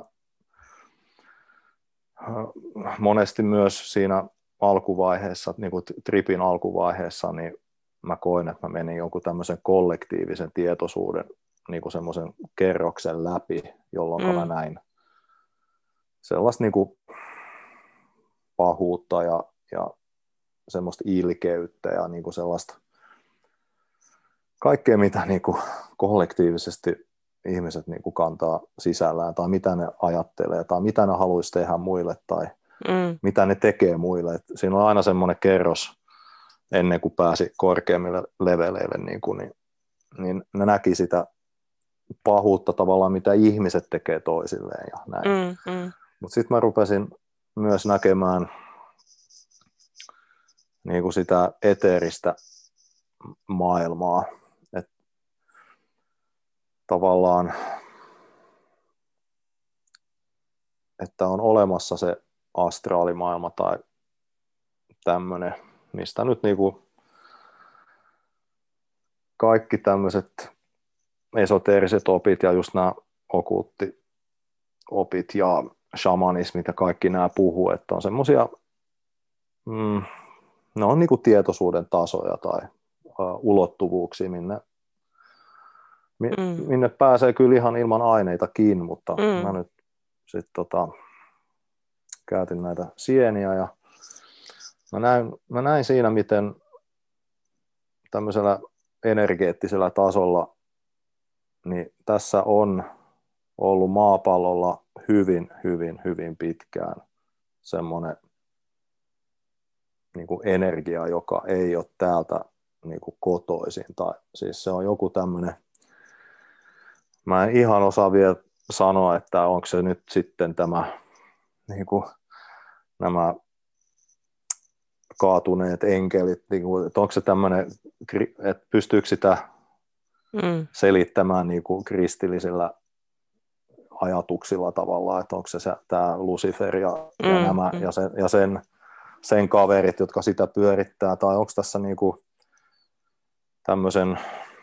monesti myös siinä alkuvaiheessa, niin kuin tripin alkuvaiheessa, niin mä koin, että mä menin jonkun tämmöisen kollektiivisen tietoisuuden niin kuin semmoisen kerroksen läpi, jolloin mm. mä näin sellaista niin kuin pahuutta ja, ja semmoista ilkeyttä ja niin kuin sellaista kaikkea, mitä niin kuin kollektiivisesti ihmiset niin kuin kantaa sisällään tai mitä ne ajattelee tai mitä ne haluaisi tehdä muille tai mm. mitä ne tekee muille. Et siinä on aina semmoinen kerros ennen kuin pääsi korkeammille leveleille, niin, kuin, niin, niin ne näki sitä pahuutta tavallaan, mitä ihmiset tekee toisilleen ja näin. Mm, mm. Mutta sitten mä rupesin myös näkemään niin kuin sitä eteeristä maailmaa, että tavallaan, että on olemassa se astraalimaailma tai tämmöinen, mistä nyt niin kuin kaikki tämmöiset esoteeriset opit ja just nämä okkulttiopit ja shamanismit ja kaikki nämä puhuu, että on semmoisia, mm, ne on niin kuin tietoisuuden tasoja tai uh, ulottuvuuksia, minne, mm. minne pääsee kyllä ihan ilman aineitakin, mutta mm. mä nyt sitten tota, käytin näitä sieniä ja mä näin, mä näin siinä, miten tämmöisellä energeettisellä tasolla niin tässä on ollut maapallolla hyvin, hyvin, hyvin pitkään semmoinen niin kuin energia, joka ei ole täältä niin kuin kotoisin. Tai, siis se on joku tämmöinen, mä en ihan osaa vielä sanoa, että onko se nyt sitten tämä, niin kuin, nämä kaatuneet enkelit, niin kuin, että onko se tämmöinen, että pystyykö sitä mm. selittämään niin kuin kristillisillä ajatuksilla tavallaan, että onko se, se tämä Lucifer ja, mm, ja nämä mm. ja, sen, ja sen, sen kaverit, jotka sitä pyörittää, tai onko tässä niinku tämmöisen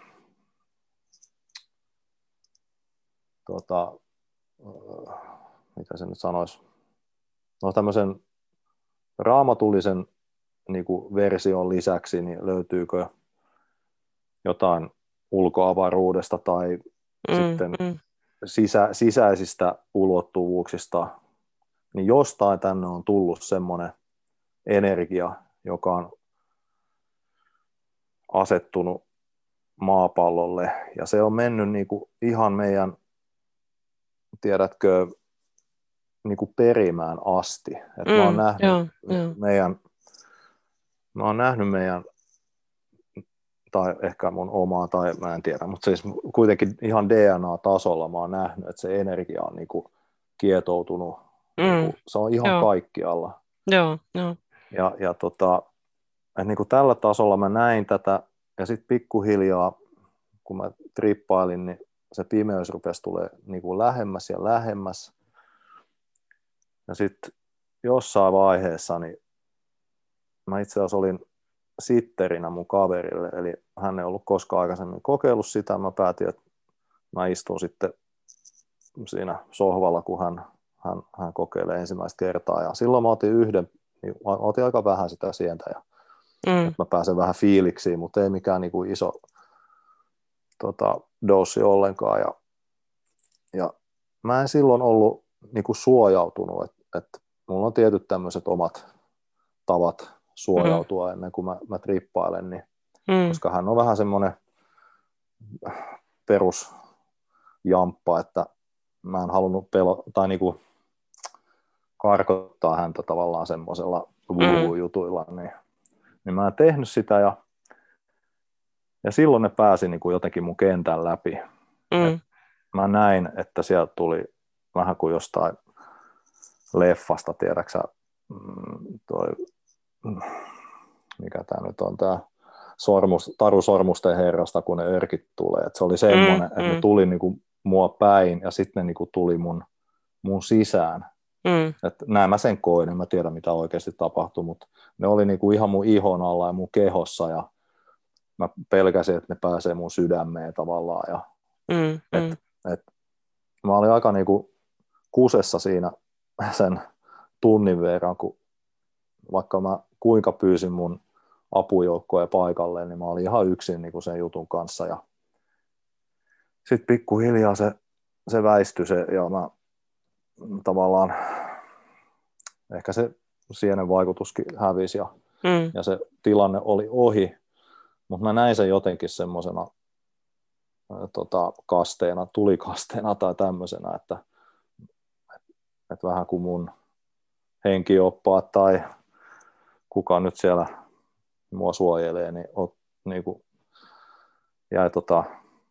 tota, mitä se nyt sanoisi, no tämmöisen raamatullisen niinku version lisäksi, niin löytyykö jotain ulkoavaruudesta tai mm, sitten mm. Sisä, sisäisistä ulottuvuuksista, niin jostain tänne on tullut semmoinen energia, joka on asettunut maapallolle, ja se on mennyt niinku ihan meidän, tiedätkö, niinku perimään asti. Et mm, mä oon nähnyt joo, joo. meidän, mä oon nähnyt meidän tai ehkä mun omaa, tai mä en tiedä, mutta siis kuitenkin ihan D N A-tasolla mä oon nähnyt, että se energia on niin kuin kietoutunut, niin Mm. kuin, se on ihan Joo, kaikkialla. joo, joo. Ja, ja tota, että niin kuin tällä tasolla mä näin tätä, ja sitten pikkuhiljaa, kun mä trippailin, niin se pimeys rupesi tulee niin kuin lähemmäs ja lähemmäs. Ja sitten jossain vaiheessa, niin mä itse asiassa olin sitterinä mun kaverille, eli hän ei ollut koskaan aikaisemmin kokeillut sitä. Mä päätin, että mä istun sitten siinä sohvalla, kun hän, hän, hän kokeilee ensimmäistä kertaa. Ja silloin mä otin yhden, niin mä otin aika vähän sitä sientä, ja, Mm. että mä pääsen vähän fiiliksiin, mutta ei mikään niin kuin iso tota, doossi ollenkaan. Ja, ja mä en silloin ollut niin kuin suojautunut, että, että mulla on tietyt tämmöiset omat tavat suojautua mm. ennen kuin mä, mä trippailen, niin, Mm. koska hän on vähän semmoinen perusjamppa, että mä en halunnut pelo, tai niinku karkottaa häntä tavallaan semmoisella woo-jutuilla, niin, niin mä en tehnyt sitä, ja, ja silloin ne pääsi niinku jotenkin mun kentän läpi. Mm. Mä näin, että sieltä tuli vähän kuin jostain leffasta, tiedäksä, toi, mikä tää nyt on tää Sormus, Taru Sormusten herrasta, kun ne örkit tulee. Et se oli semmoinen, mm, että mm. ne tuli niinku mua päin ja sitten ne niinku tuli mun, mun sisään. Mm. Et näin mä sen koin, en mä tiedä mitä oikeasti tapahtui, mutta ne oli niinku ihan mun ihon alla ja mun kehossa ja mä pelkäsin, että ne pääsee mun sydämeen tavallaan. Ja mm, et, mm. et, mä olin aika niinku kusessa siinä sen tunnin verran, kun vaikka mä kuinka pyysin mun apujoukkoja paikalle, niin mä olin ihan yksin niin kuin sen jutun kanssa. Ja sitten pikkuhiljaa se, se väistyi se, ja mä tavallaan, ehkä se sienen vaikutuskin hävisi, ja, Mm. ja se tilanne oli ohi, mutta mä näin sen jotenkin semmoisena tota, kasteena, tulikasteena tai tämmöisenä, että, että vähän kuin mun henkioppaat tai kuka nyt siellä mua suojelee, niin, ot, niin kuin, jäi tota,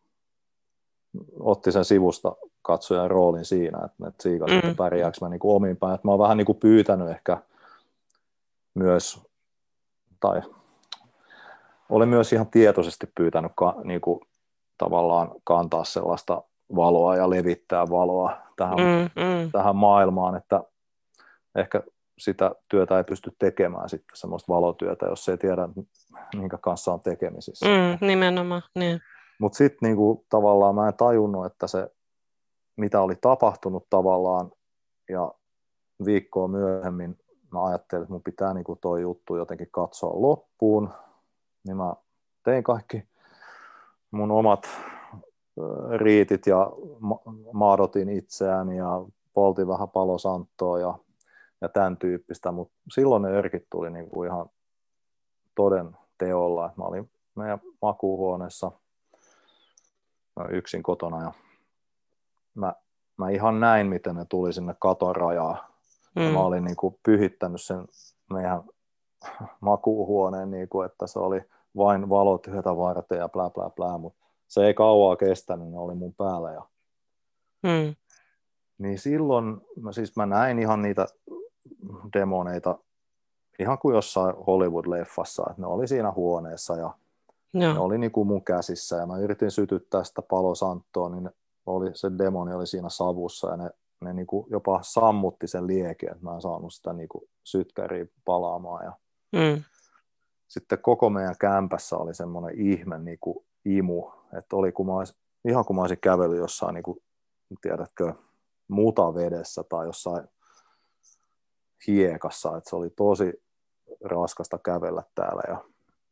otti sen sivusta katsojan roolin siinä, että, että siikasi, mm. että pärjääkö mä niin kuin omin päin. Että mä oon vähän niin kuin pyytänyt ehkä myös, tai olen myös ihan tietoisesti pyytänyt ka, niin kuin tavallaan kantaa sellaista valoa ja levittää valoa tähän, mm, mm. tähän maailmaan, että ehkä sitä työtä ei pysty tekemään sitten semmoista valotyötä, jos ei tiedä, minkä kanssa on tekemisissä. Mm, nimenomaan, niin. Mutta sitten niinku, tavallaan mä en tajunnut, että se, mitä oli tapahtunut tavallaan, ja viikkoa myöhemmin mä ajattelin, että mun pitää niinku toi juttu jotenkin katsoa loppuun, niin mä tein kaikki mun omat riitit ja maadotin itseäni ja poltin vähän palosanttoa ja, ja tämän tyyppistä, mutta silloin ne örkit tuli niinku ihan toden teolla, että mä olin meidän makuuhuoneessa yksin kotona ja mä, mä ihan näin, miten ne tuli sinne katon rajaan. Mm. Ja mä olin niin kuin pyhittänyt sen meidän makuuhuoneen, niin kuin, että se oli vain valotyötä varten ja blä blä blä, mutta se ei kauaa kestänyt, ne oli mun päällä. Ja... Mm. Niin silloin mä, siis mä näin ihan niitä demoneita ihan kuin jossain Hollywood-leffassa, että ne oli siinä huoneessa ja no. ne oli niin kuin mun käsissä ja mä yritin sytyttää sitä palosanttoa, niin oli, se demoni oli siinä savussa ja ne, ne niin kuin jopa sammutti sen liekin, että mä en saanut sitä niin kuin sytkäriä palaamaan. Ja mm. sitten koko meidän kämpässä oli semmoinen ihme niin kuin imu, että oli kun mä olisin, ihan kun mä olisin kävellyt jossain, niin kuin, tiedätkö, mutavedessä tai jossain hiekassa, että se oli tosi raskasta kävellä täällä ja,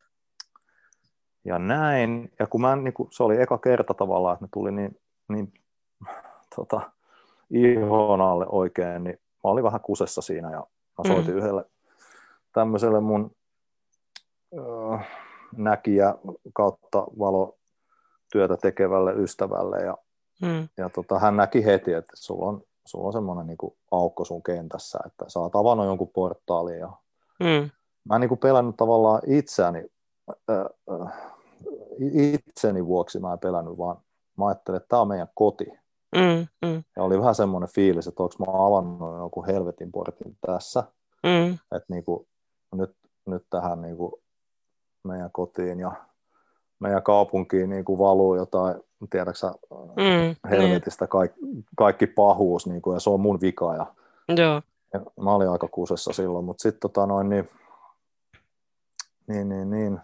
ja näin. Ja kun mä, niin kuin, se oli eka kerta tavallaan, että ne tuli niin, niin tota, ihon alle oikein, niin mä olin vähän kusessa siinä ja mä soitin mm. yhdelle tämmöiselle mun ö, näkijä kautta valotyötä tekevälle ystävälle ja, mm. ja tota, hän näki heti, että sulla on, sulla on semmoinen niin kuin aukko sun kentässä, että sä oot avannut jonkun portaalin ja mm. mä en niin kuin pelännyt tavallaan itseäni äh, äh, itseni vuoksi mä en pelännyt, vaan mä ajattelin, että tämä on meidän koti. Mm, mm. Ja oli vähän semmoinen fiilis, että onko mä avannut jonkun helvetin portin tässä, Mm. että niinku, nyt, nyt tähän niinku meidän kotiin ja meidän kaupunkiin niinku valuu jotain, tiedäksä, Mm, helvetistä kaikki, kaikki pahuus, niinku, ja se on mun vika. Ja, joo. ja mä olin aika kusessa silloin, mutta sitten tota noin, niin, niin, niin, niin,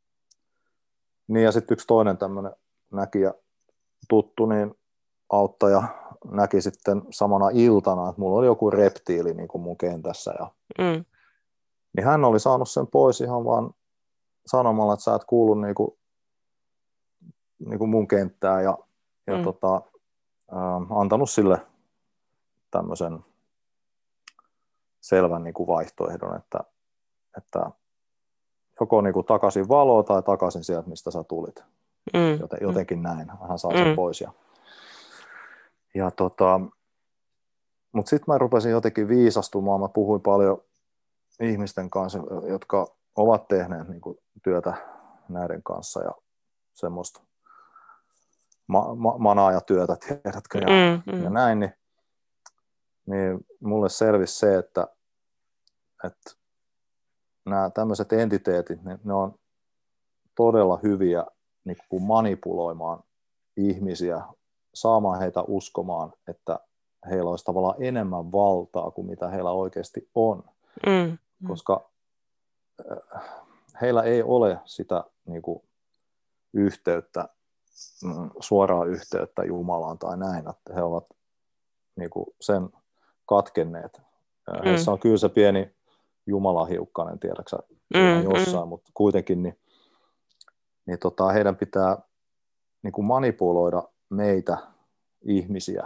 niin ja sitten yksi toinen tämmöinen näkijä tuttu, niin auttaja näki sitten samana iltana, että mulla oli joku reptiili niin kuin mun kentässä. Ja, Mm. niin hän oli saanut sen pois ihan vaan sanomalla, että sä et kuulu niin kuin, niin kuin mun kenttään ja, ja Mm. tota, äh, antanut sille tämmöisen selvän niin kuin vaihtoehdon, että, että joko niin kuin takaisin valoa tai takaisin sieltä, mistä sä tulit. Mm. Joten, jotenkin näin. Hän sai Mm. sen pois. Ja, ja tota, mutta sitten mä rupesin jotenkin viisastumaan. Mä puhuin paljon ihmisten kanssa, jotka ovat tehneet niin kuin työtä näiden kanssa ja semmoista ma- ma- manaajatyötä, tiedätkö, ja, Mm. Mm. ja näin, niin, niin mulle selvisi se, että, että nämä tämmöiset entiteetit, niin ne on todella hyviä niin kuin manipuloimaan ihmisiä, saamaan heitä uskomaan, että heillä olisi tavallaan enemmän valtaa kuin mitä heillä oikeasti on, Mm. koska heillä ei ole sitä niin kuin, yhteyttä, suoraa yhteyttä Jumalaan tai näin, että he ovat niin kuin, sen katkenneet. Mm. Heissä on kyllä se pieni jumalahiukkanen, tiedäksä, siinä Mm. jossain, Mm. mutta kuitenkin niin, niin tota, heidän pitää niin kuin manipuloida meitä ihmisiä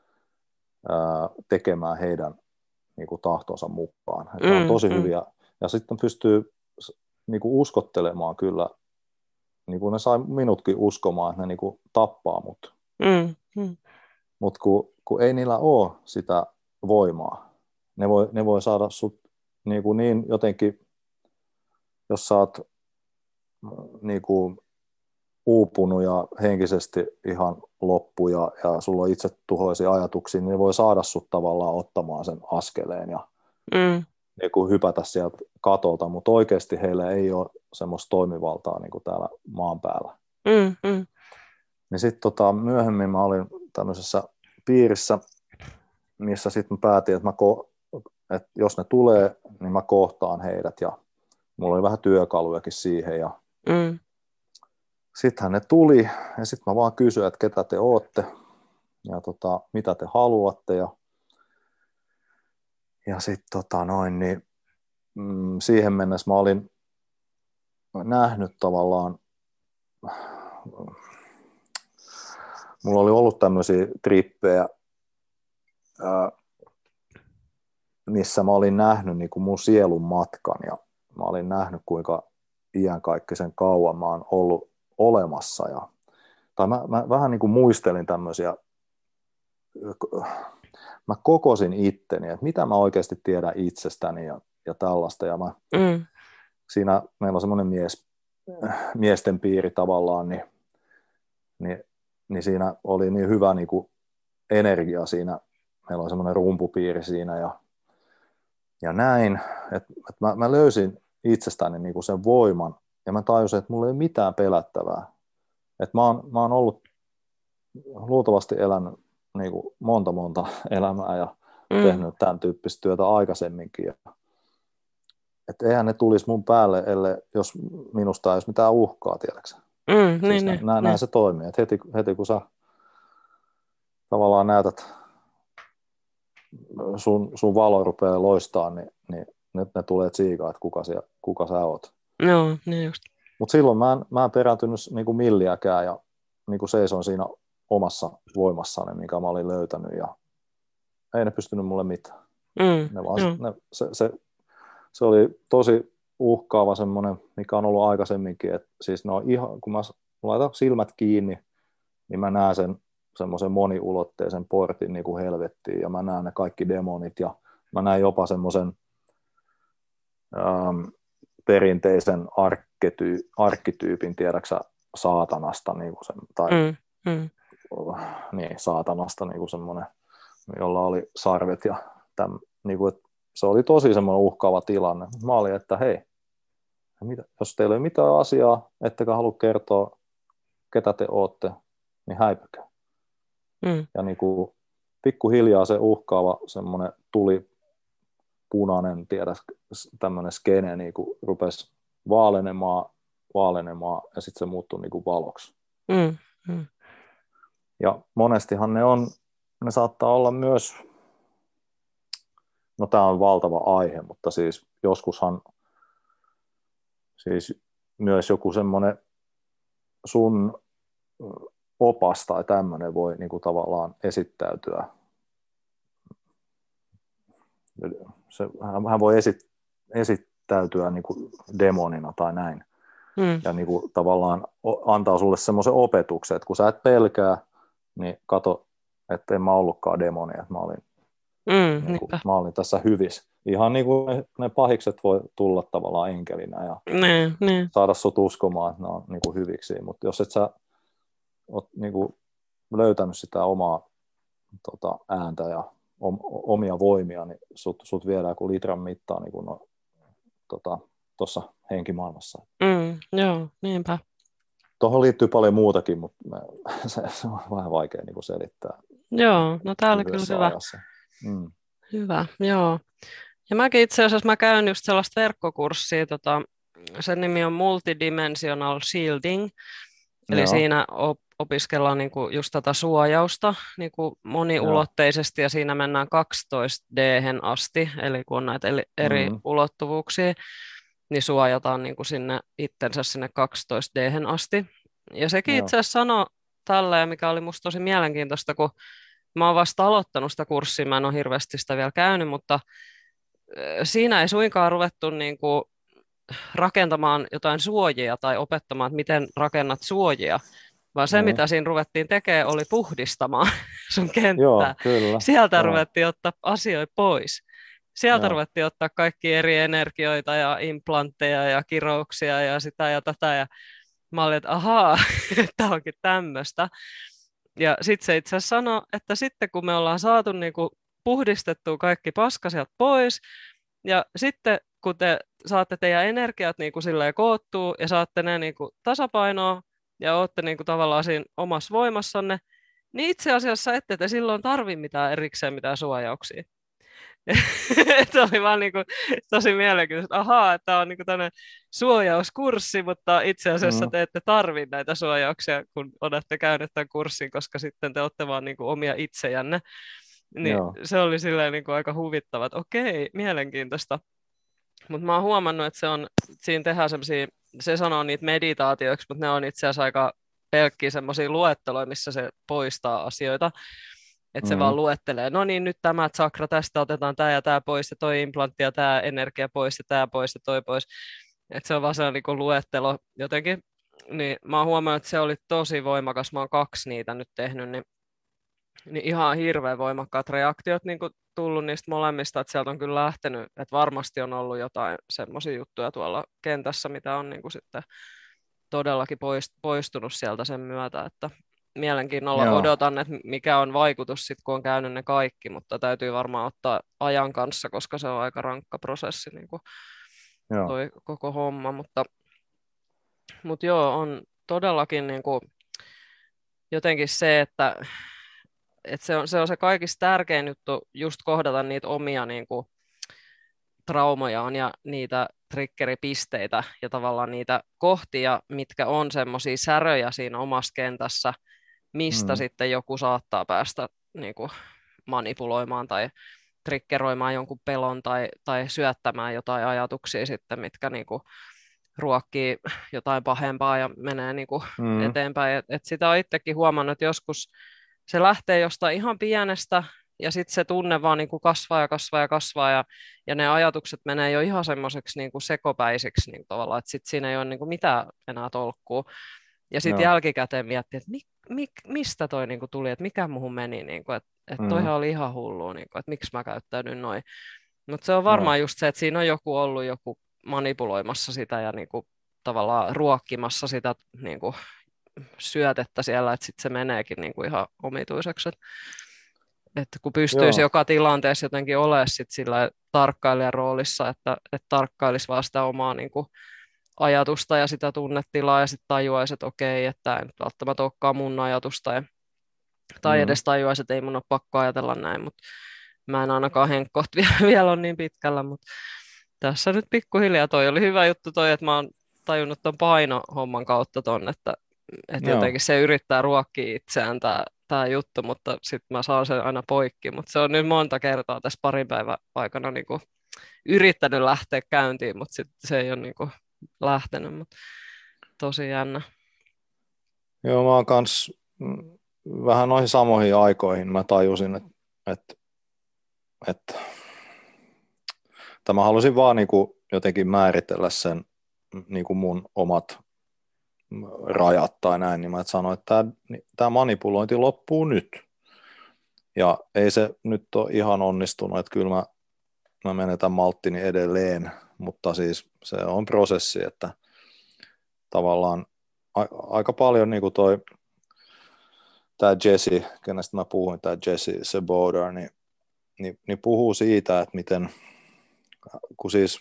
ää, tekemään heidän niin kuin tahtonsa mukaan. Mm. He on tosi Mm. hyviä ja sitten pystyy niin kuin uskottelemaan kyllä, niin kuin ne sai minutkin uskomaan, että ne niin kuin tappaa mut. Mm. Mm. Mutta kun, kun ei niillä ole sitä voimaa, ne voi, ne voi saada sut niin, kuin niin jotenkin, jos sä oot niin kuin uupunut ja henkisesti ihan loppu ja, ja sulla on itse tuhoisia ajatuksia, niin ne voi saada sut tavallaan ottamaan sen askeleen ja Mm. niin kuin hypätä sieltä katolta, mutta oikeasti heillä ei ole semmoista toimivaltaa niin kuin täällä maan päällä. Mm. Mm. Niin sitten tota, myöhemmin mä olin tämmöisessä piirissä, missä sitten mä päätin, että, mä ko- että jos ne tulee, niin mä kohtaan heidät ja mulla oli vähän työkalujakin siihen ja Mm. sittenhän ne tuli ja sitten mä vaan kysyin, että ketä te ootte ja tota, mitä te haluatte ja, ja sitten tota noin, niin mm, siihen mennessä mä olin nähnyt tavallaan, mulla oli ollut tämmöisiä trippejä, ää, missä mä olin nähnyt niin kuin mun sielun matkan ja mä olin nähnyt, kuinka iänkaikkisen kauan mä oon ollut olemassa. Ja, tai mä, mä vähän niin kuin muistelin tämmöisiä, mä kokosin itteni, että mitä mä oikeasti tiedän itsestäni ja, ja tällaista. Ja mä, Mm. siinä meillä on semmoinen mies, miesten piiri tavallaan, niin, niin, niin siinä oli niin hyvä niin kuin energia siinä. Meillä on semmoinen rumpupiiri siinä ja Ja näin, että et mä, mä löysin itsestäni niinku sen voiman ja mä tajusin, että mulla ei ole mitään pelättävää. Että mä oon, mä oon ollut luultavasti elänyt niinku monta monta elämää ja Mm. tehnyt tämän tyyppistä työtä aikaisemminkin. Ja, että eihän ne tulisi mun päälle, ellei, jos minusta ei olisi mitään uhkaa, tiedäksä. Mm. Siis Niin, nä, niin, nä, näin niin. se toimii. Että heti, heti kun sä tavallaan näytät, sun, sun valo rupeaa loistaa, niin, niin nyt ne tulee tsiikaa, että kuka, siellä, kuka sä oot. Joo, niin just. Mutta silloin mä en, mä en perääntynyt niinku milliäkään ja niinku seisoin siinä omassa voimassani, minkä mä olin löytänyt ja ei ne pystynyt mulle mitään. Mm. Ne vaan, Joo. ne, se, se, se oli tosi uhkaava semmoinen, mikä on ollut aikaisemminkin, että siis ne on ihan, kun mä laitan silmät kiinni, niin mä näen sen semmoisen moniulotteisen portin niin kuin helvettiin ja mä näen ne kaikki demonit ja mä näen jopa semmoisen ähm, perinteisen arkkety- arkkityypin, tiedäksä, saatanasta, niin kuin se, tai Mm, mm, niin, saatanasta niin kuin semmoinen, jolla oli sarvet ja täm, niin kuin, että se oli tosi semmoinen uhkaava tilanne. Mä olin, että hei, mitä, jos teillä ei ole mitään asiaa, ettekä halua kertoa, ketä te ootte, niin häipykää. mm, Ja niin kuin, pikkuhiljaa se uhkaava semmoinen tuli punainen, tiedä, tämmöinen skene niin kuin rupesi vaalenemaan, vaalenemaan ja sitten se muuttui niin kuin valoksi. mm, mm. Ja monestihan ne on, ne saattaa olla myös, no tämä on valtava aihe, mutta siis joskushan siis myös joku semmoinen sun opas tai tämmöinen voi niin kuin tavallaan esittäytyä. Se, hän voi esi, esittäytyä niin kuin demonina tai näin. Mm. Ja niin kuin tavallaan antaa sulle semmoisen opetuksen, että kun sä et pelkää, niin kato, että en mä ollutkaan demoni, että mä olin, Mm, niin kuin, mä olin tässä hyvissä. Ihan niin kuin ne, ne pahikset voi tulla tavallaan enkelinä ja ne, ne. saada sut uskomaan, että ne on niin kuin hyviksi. Mutta jos et sä oot niin kuin löytänyt sitä omaa tota, ääntä ja om, omia voimia, niin sut, sut viedään kuin litran mittaa niin kuin no, tota, tuossa henkimaailmassa. Mm, joo, niinpä. Tuohon liittyy paljon muutakin, mutta me, se, se on vähän vaikea niin kuin selittää Joo, no tää oli kyllä lyhyessä hyvä. ajassa. Mm. Hyvä, joo. Ja mäkin itse asiassa mä käyn just sellaista verkkokurssia, tota, sen nimi on Multidimensional Shielding, eli Joo, siinä op- opiskellaan niinku just tätä suojausta niinku joo. moniulotteisesti, ja siinä mennään kaksitoista D-hen asti, eli kun on näitä eli- eri Mm. ulottuvuuksia, niin suojataan niinku sinne itsensä sinne kaksitoista D-hen asti. Ja sekin Joo. itse asiassa sanoi tällä, mikä oli musta tosi mielenkiintoista, kun mä oon vasta aloittanut sitä kurssia, mä en ole hirveästi sitä vielä käynyt, mutta siinä ei suinkaan ruvettu niin kuin rakentamaan jotain suojia tai opettamaan, että miten rakennat suojia, vaan se, Niin. mitä siinä ruvettiin tekemään, oli puhdistamaan sun kenttää. Joo, kyllä. Sieltä Joo. ruvettiin ottaa asioita pois. Sieltä Joo. ruvettiin ottaa kaikki eri energioita ja implantteja ja kirouksia ja sitä ja tätä. Ja mä olin, että ahaa, tämä onkin tämmöistä. Ja sitten se itse asiassa sanoi, että sitten kun me ollaan saatu niinku puhdistettua kaikki paska sieltä pois, ja sitten kun te saatte teidän energiat niinku silleen koottua ja saatte ne niinku tasapainoa ja olette niinku tavallaan siinä omassa voimassanne, niin itse asiassa ette te silloin tarvi mitään erikseen mitään suojauksia. Se oli vaan niinku tosi mielenkiintoista, että ahaa, että tämä on niinku tämmöinen suojauskurssi, mutta itse asiassa Mm. te ette tarvitse näitä suojauksia, kun olette käyneet tämän kurssin, koska sitten te olette vaan niinku omia itsejänne. Niin Joo. se oli silleen niinku aika huvittava, että okei, mielenkiintoista. Mutta mä oon huomannut, että se on, siinä tehdään semmoisia, se sanoo niitä meditaatioiksi, mutta ne on itse asiassa aika pelkkiä semmoisia luetteloja, missä se poistaa asioita. Että se vaan Mm. luettelee, no niin, nyt tämä chakra, tästä otetaan tämä ja tämä pois, ja toi implantti ja tämä energia pois, ja tämä pois, ja toi pois. Että se on vaan sellainen niin luettelo jotenkin. Niin mä oon huomannut, että se oli tosi voimakas. Mä oon kaksi niitä nyt tehnyt, niin, niin ihan hirveän voimakkaat reaktiot niin kuin tullut niistä molemmista, että sieltä on kyllä lähtenyt, että varmasti on ollut jotain semmoisia juttuja tuolla kentässä, mitä on niin kuin sitten todellakin poistunut sieltä sen myötä, että mielenkiinnolla Joo. odotan, että mikä on vaikutus sitten, kun on käynyt ne kaikki, mutta täytyy varmaan ottaa ajan kanssa, koska se on aika rankka prosessi niin kuin Joo. toi koko homma, mutta, mutta joo, on todellakin niin kuin jotenkin se, että, että se, on, se on se kaikista tärkein juttu just kohdata niitä omia niin kuin traumojaan ja niitä triggeripisteitä ja tavallaan niitä kohtia, mitkä on semmoisia säröjä siinä omassa kentässä, mistä Mm. sitten joku saattaa päästä niin kuin manipuloimaan tai triggeroimaan jonkun pelon tai, tai syöttämään jotain ajatuksia sitten, mitkä niin kuin ruokkii jotain pahempaa ja menee niin kuin Mm. eteenpäin. Et, et sitä on itsekin huomannut, että joskus se lähtee jostain ihan pienestä ja sitten se tunne vaan niin kuin kasvaa ja kasvaa ja kasvaa ja, ja ne ajatukset menee jo ihan semmoiseksi niin kuin sekopäisiksi niin tavallaan, että sitten siinä ei ole niin kuin mitään enää tolkkua. Ja sitten Joo. jälkikäteen miettii, että mi, mi, mistä toi niinku tuli, että mikä muuhun meni, niinku, että et toihan Mm. oli ihan hullua, niinku, että miksi mä käyttäydyn noin. Mutta se on Joo. varmaan just se, että siinä on joku ollut joku manipuloimassa sitä ja niinku, tavallaan ruokkimassa sitä niinku, syötettä siellä, että sitten se meneekin niin kuin ihan omituiseksi. Että, että kun pystyisi Joo, joka tilanteessa jotenkin olemaan sit sillä tarkkailijan roolissa, että, että tarkkailisi vaan sitä omaa niin kuin ajatusta ja sitä tunnetilaa ja sitten tajuaisi, että okei, että tämä ei nyt välttämättä olekaan mun ajatusta ja, tai mm, edes tajuaisi, että ei mun ole pakko ajatella näin, mutta mä en ainakaan henkkoht vielä, vielä ole niin pitkällä, mutta tässä nyt pikkuhiljaa toi oli hyvä juttu toi, että mä oon tajunnut ton painohomman kautta ton, että, että joo. jotenkin se yrittää ruokkia itseään tämä tää juttu, mutta sitten mä saan sen aina poikki, mutta se on nyt monta kertaa tässä parin päivän aikana niin kuin yrittänyt lähteä käyntiin, mutta sitten se ei ole niin kuin lähtenyt, mutta tosi jännä. Joo, mä oon kans mm, vähän noihin samoihin aikoihin mä tajusin, että, että, että, että mä halusin vaan niinku jotenkin määritellä sen niinku mun omat rajat tai näin, niin mä sanoin, että tämä, tämä manipulointi loppuu nyt. Ja ei se nyt ole ihan onnistunut, että kyllä mä, mä menetän malttini edelleen, mutta siis se on prosessi, että tavallaan a, aika paljon niin kuin toi tämä Jesse, kenestä mä puhuin, tämä Jesse Sebodar, niin, niin, niin puhuu siitä, että miten, kun siis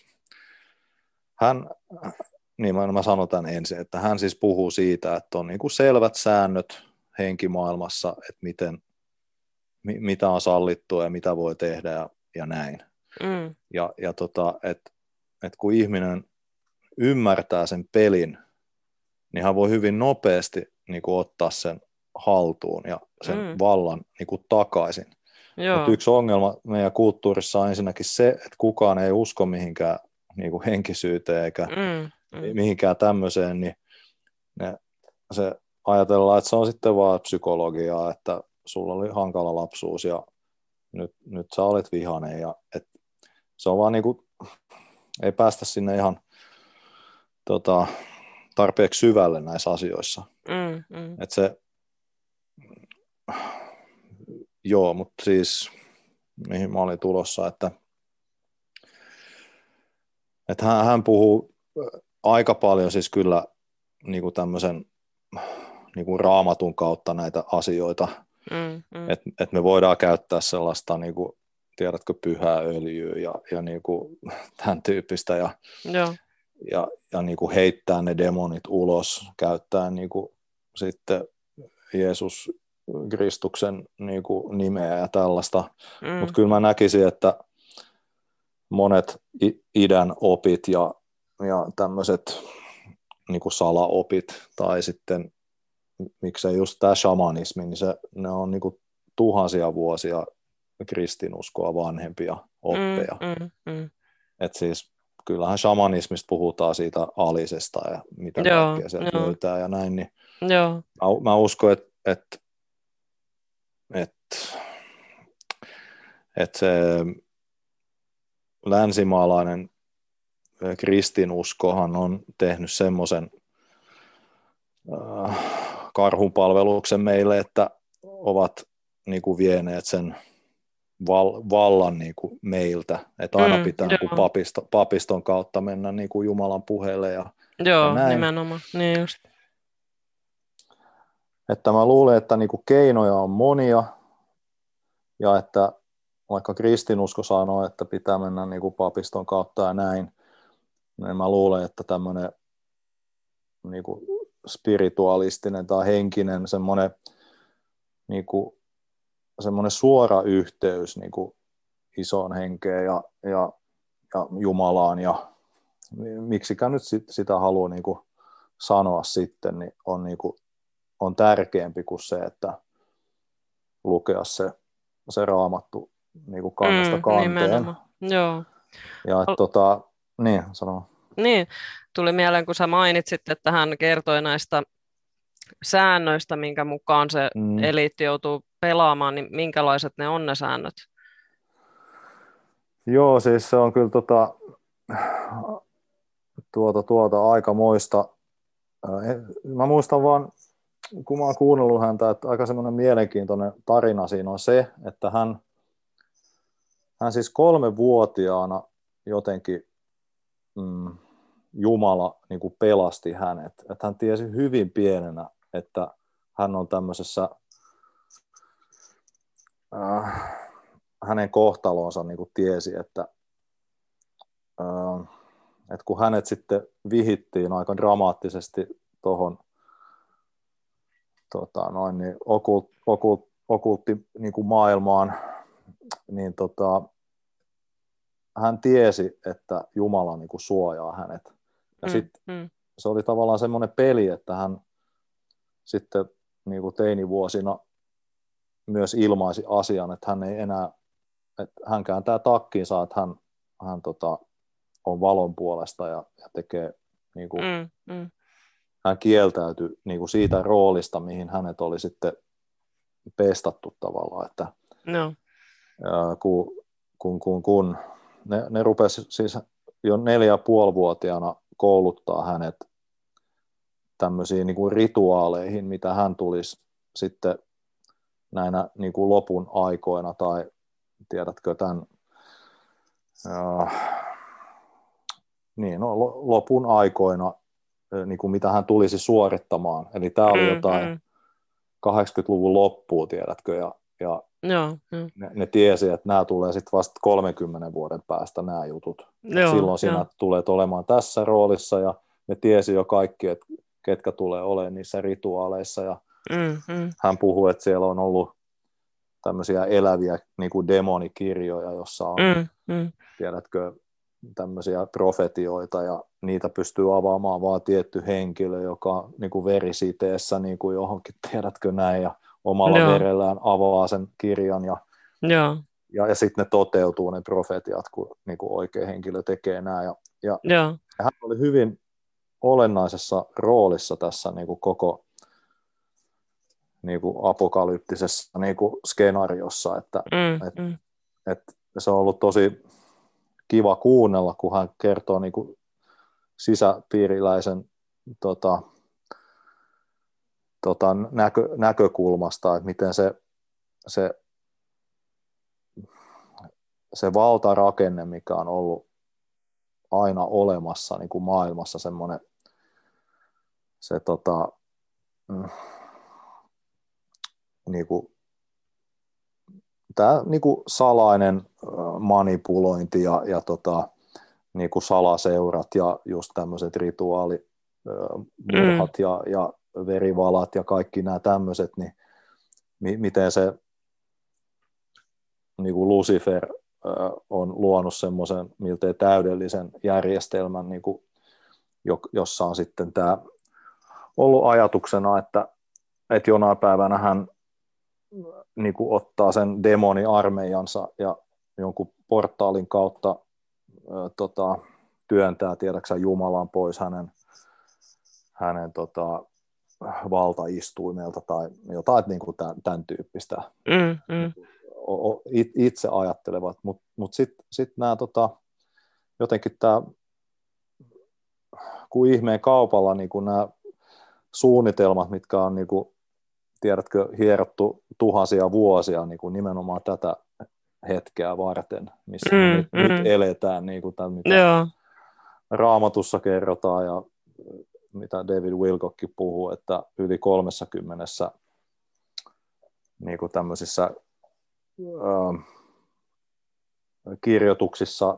hän, niin mä, mä sanon tämän ensin, että hän siis puhuu siitä, että on niin kuin selvät säännöt henkimaailmassa, että miten, mi, mitä on sallittua ja mitä voi tehdä ja, ja näin. Mm. Ja, ja tota, että et kun ihminen ymmärtää sen pelin, niin hän voi hyvin nopeasti niin kuin ottaa sen haltuun ja sen Mm. vallan niin kuin takaisin. Mutta yksi ongelma meidän kulttuurissa on ensinnäkin se, että kukaan ei usko mihinkään niin kuin henkisyyteen eikä Mm. Mm. mihinkään tämmöiseen, niin ne, se ajatellaan, että se on sitten vaan psykologiaa, että sulla oli hankala lapsuus ja nyt, nyt sä olet vihainen. Ja, et, se on vaan niin kuin, ei päästä sinne ihan tota, tarpeeksi syvälle näissä asioissa. Mm. Mm. Et se, joo, mutta siis mihin mä olin tulossa, että, että hän, hän puhuu aika paljon siis kyllä niin kuin tämmöisen niin kuin raamatun kautta näitä asioita, Mm. Mm. että et me voidaan käyttää sellaista, niin kuin, tiedätkö, pyhää öljyä ja, ja niin kuin, tämän tyyppistä ja, Joo. ja, ja niin kuin heittää ne demonit ulos, käyttää niin kuin, sitten Jeesus Kristuksen niin kuin, nimeä ja tällaista, Mm. mutta kyllä mä näkisin, että monet idän opit ja, ja tämmöiset niin kuin salaopit tai sitten miksei just tämä shamanismi, niin se, ne on niin kuin tuhansia vuosia kristinuskoa vanhempia oppeja. Mm. Mm. Mm. Et siis kyllähän shamanismista puhutaan siitä alisesta ja mitä Joo, kaikkea sieltä joo. löytää ja näin, niin Joo. mä, mä uskon, että et, et, et se länsimaalainen kristinuskohan on tehnyt semmoisen äh, karhunpalveluksen meille, että ovat niin kuin vieneet sen val, vallan niin kuin meiltä, että aina Mm. pitää niin kuin Joo. papisto, papiston kautta mennä niin kuin Jumalan puheelle ja, ja Joo, näin. nimenomaan. Niin just. Että mä luulen, että niin kuin keinoja on monia ja että vaikka kristinusko sanoo, että pitää mennä niin kuin papiston kautta ja näin, niin mä luulen, että tämmöinen niin kuin spiritualistinen tai henkinen semmoinen, niin kuin, semmoinen suora yhteys niin kuin isoon henkeen ja, ja, ja Jumalaan ja miksikään nyt sit, sitä haluaa niin kuin sanoa sitten, niin on, niin kuin, on tärkeämpi kuin se, että lukea se, se raamattu niin kuin kannesta Mm, kanteen. nimenomaan. Joo. Ja että, Ol- tota, niin, sano. Niin, tuli mieleen, kun sä mainitsit, että hän kertoi näistä säännöistä, minkä mukaan se Mm. eliitti joutuu pelaamaan, niin minkälaiset ne on ne säännöt? Joo, siis se on kyllä tota, tuota, tuota aikamoista. Mä muistan vaan, kun mä oon kuunnellut häntä, että aika semmoinen mielenkiintoinen tarina siinä on se, että hän, hän siis kolmevuotiaana jotenkin mm, Jumala niin kuin pelasti hänet. Että hän tiesi hyvin pienenä, että hän on tämmöisessä, äh, hänen kohtalonsa niin kuin tiesi, että, äh, että kun hänet sitten vihittiin aika dramaattisesti tuohon tota, noin, niin okult, okult, okultti niin kuin maailmaan, niin tota, hän tiesi, että Jumala niin kuin suojaa hänet. Ja mm, sitten mm, se oli tavallaan semmoinen peli, että hän sitten niin kuin teinivuosina myös ilmaisi asian, että hän ei enää, että hän kääntää takkiinsa, että hän, hän tota, on valon puolesta ja, ja tekee, niin kuin, mm, mm. hän kieltäytyi niin kuin siitä roolista, mihin hänet oli sitten pestattu tavallaan, että No. ää, kun, kun, kun, kun ne, ne rupesi siis jo neljä ja puolivuotiaana kouluttaa hänet tämmöisiin niin kuin rituaaleihin, mitä hän tulisi sitten näinä niin kuin lopun aikoina tai tiedätkö tämän äh, niin, no, lopun aikoina, niin kuin mitä hän tulisi suorittamaan. Eli tämä oli Mm, jotain mm. kahdeksankymmentäluvun loppua, tiedätkö, ja, ja Joo, joo, ne, ne tiesi, että nämä tulee sitten vasta kolmenkymmenen vuoden päästä nämä jutut. Et joo, silloin sinä joo. tulet olemaan tässä roolissa, ja ne tiesi jo kaikki, että ketkä tulee olemaan niissä rituaaleissa, ja Mm, mm, hän puhui, että siellä on ollut tämmöisiä eläviä niin kuin demonikirjoja, jossa on, mm, mm. tiedätkö, tämmöisiä profetioita, ja niitä pystyy avaamaan vaan tietty henkilö, joka niin kuin verisiteessä niin kuin johonkin, tiedätkö näin, ja omalla Joo, verellään avaa sen kirjan, ja, joo, ja, ja sitten ne toteutuu ne profetiat, kun niin kuin oikea henkilö tekee nämä, ja, ja joo. hän oli hyvin olennaisessa roolissa tässä niin kuin koko niin kuin apokalyptisessa niin kuin skenaariossa, että, Mm, että, mm. että se on ollut tosi kiva kuunnella, kun hän kertoo niin kuin sisäpiiriläisen tota, tota, näkö, näkökulmasta, että miten se, se, se valtarakenne, mikä on ollut aina olemassa niin kuin maailmassa, semmoinen se tota, mm, niin kuin, tämä niin kuin salainen manipulointi ja, ja tota, niin kuin salaseurat ja just tämmöiset Mm, rituaalimurhat ja, ja verivalat ja kaikki nämä tämmöiset, niin mi- miten se niin kuin Lucifer on luonut semmoisen miltei täydellisen järjestelmän, niin kuin, jossa on sitten tämä ollut ajatuksena, että, että jonain päivänä hän niin kuin ottaa sen demoniarmeijansa ja jonkun portaalin kautta ö, tota, työntää, tiedäksä, Jumalan pois hänen, hänen tota, valtaistuimelta tai jotain niin kuin tämän, tämän tyyppistä mm, mm. itse ajattelevat, mutta mut sitten sit nämä tota, jotenkin tämä, kun ihmeen kaupalla niin kuin nämä suunnitelmat, mitkä on niin kuin, tiedätkö, hierottu tuhansia vuosia niin kuin nimenomaan tätä hetkeä varten, missä me Mm, nyt, nyt mm. eletään, niin kuin tämän, mitä Joo, Raamatussa kerrotaan ja mitä David Wilcockkin puhuu, että yli kolmessakymmenessä niin kuin tämmöisissä ö, kirjoituksissa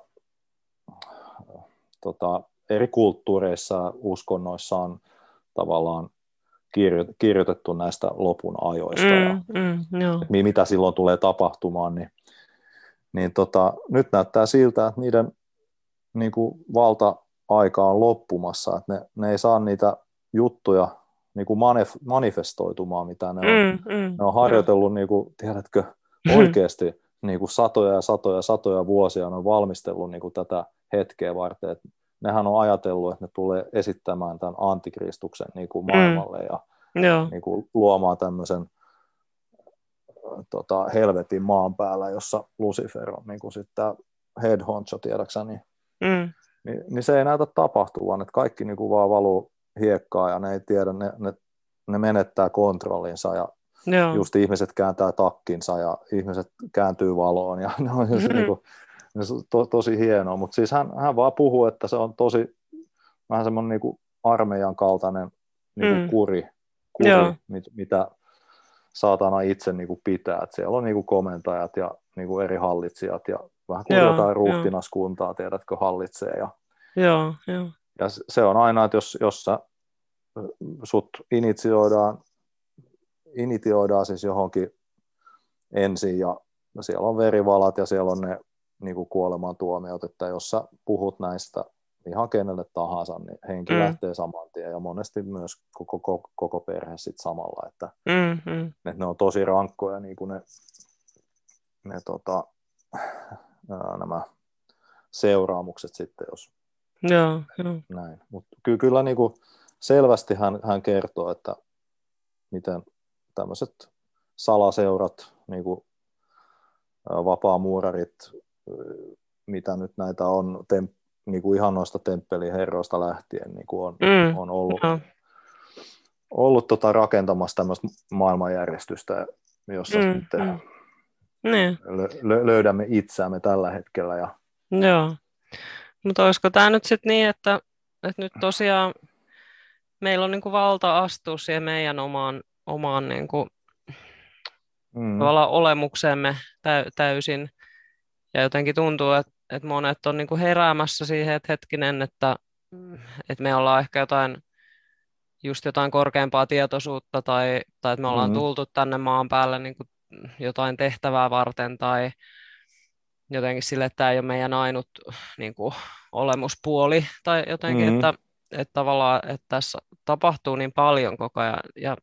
tota, eri kulttuureissa, uskonnoissa on tavallaan kirjoitettu näistä lopun ajoista ja mm, mm, joo. mitä silloin tulee tapahtumaan, niin, niin tota, nyt näyttää siltä, että niiden niin kuin valta-aika on loppumassa, että ne, ne ei saa niitä juttuja niin kuin manif- manifestoitumaan, mitä ne on, Mm, mm, ne on joo. harjoitellut, niin kuin, tiedätkö, oikeasti niin kuin satoja ja satoja ja satoja vuosia ne on valmistellut niin kuin tätä hetkeä varten, että nehän on ajatellut, että ne tulee esittämään tämän antikristuksen niin kuin Mm, maailmalle ja joo. niin kuin luomaan tämmöisen tota, helvetin maan päällä, jossa Lucifer on niin kuin sitten tämä head honcho, tiedäksä, niin, Mm, niin, niin se ei näytä tapahtuvan, että kaikki niin kuin vaan valuu hiekkaa ja ne ei tiedä, ne, ne, ne menettää kontrollinsa ja joo. just ihmiset kääntää takkinsa ja ihmiset kääntyy valoon ja ne on just niin kuin, to, tosi hienoa, mutta siis hän, hän vaan puhuu, että se on tosi vähän semmoinen niin kuin armeijan kaltainen niin kuin Mm, kuri, Joo. kuri, mit, mitä saatana itse niin kuin pitää. Et siellä on niin kuin komentajat ja niin kuin eri hallitsijat ja vähän kuin Joo, jotain joo, ruhtinaskuntaa, tiedätkö, hallitsee. Ja, joo, joo. ja se on aina, että jos, jos sä, sut initioidaan, initioidaan siis johonkin ensin ja siellä on verivalat ja siellä on ne niin kuin kuolemantuomiot, että jos sä puhut näistä ihan kenelle tahansa, niin henki Mm, lähtee saman tien ja monesti myös koko, koko, koko perhe sit samalla, että, mm, mm. että ne on tosi rankkoja niin kuin ne, ne tota, ää, nämä seuraamukset sitten, jos Joo, joo. näin. Mutta ky- kyllä niin kuin selvästi hän, hän kertoo, että miten tämmöiset salaseurat, niin kuin vapaamuurarit, mitä nyt näitä on, tem, niin kuin ihan noista temppeliherroista lähtien, niin kuin on, Mm, on ollut, joo. ollut tota rakentamassa tämmöistä maailmanjärjestystä, jossa Mm, sitten mm. Niin, lö, löydämme itseämme tällä hetkellä. Ja... joo. Mutta olisiko tämä nyt sitten niin, että, että nyt tosiaan meillä on niinku valta astua siihen meidän omaan, omaan niinku, mm, tavallaan olemukseemme täy, täysin. Ja jotenkin tuntuu, että, että monet on niinku heräämässä siihen, että hetkinen, että, että me ollaan ehkä jotain, just jotain korkeampaa tietoisuutta tai, tai että me ollaan mm, tultu tänne maan päälle niinku jotain tehtävää varten tai jotenkin sille, että tämä ei ole meidän ainut niin kuin, olemuspuoli tai jotenkin, mm, että, että tavallaan että tässä tapahtuu niin paljon koko ajan. Ja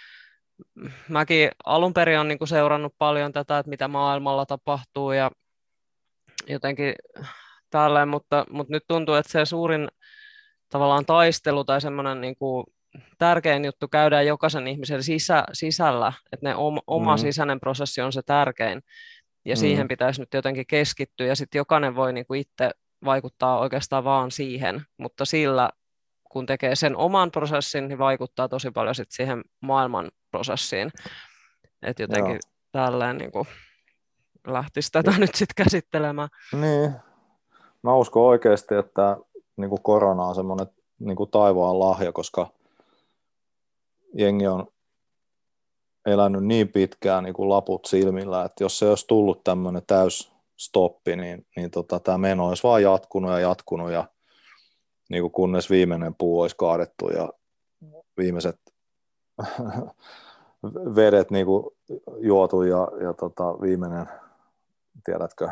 mäkin alun perin olen niin kuin, seurannut paljon tätä, että mitä maailmalla tapahtuu ja jotenkin tälleen, mutta, mutta nyt tuntuu, että se suurin tavallaan taistelu tai semmoinen niin kuin, tärkein juttu käydään jokaisen ihmisen sisä, sisällä, että ne oma, oma mm, sisäinen prosessi on se tärkein. Ja mm, siihen pitäisi nyt jotenkin keskittyä, ja sitten jokainen voi niin kuin itse vaikuttaa oikeastaan vaan siihen, mutta sillä, kun tekee sen oman prosessin, niin vaikuttaa tosi paljon sit siihen maailman prosessiin. Että joo. jotenkin tälleen niin kuin lähtisi tätä nyt sitten käsittelemään. Niin, mä uskon oikeasti, että niin kuin korona on semmoinen niin kuin taivaan lahja, koska jengi on elänyt niin pitkään niin kuin laput silmillä, että jos se olisi tullut tämmöinen täys stoppi, niin, niin tota, tämä meno olisi vaan jatkunut ja jatkunut, ja niin kuin kunnes viimeinen puu olisi kaadettu ja viimeiset vedet niin kuin juotu ja, ja tota, viimeinen, tiedätkö,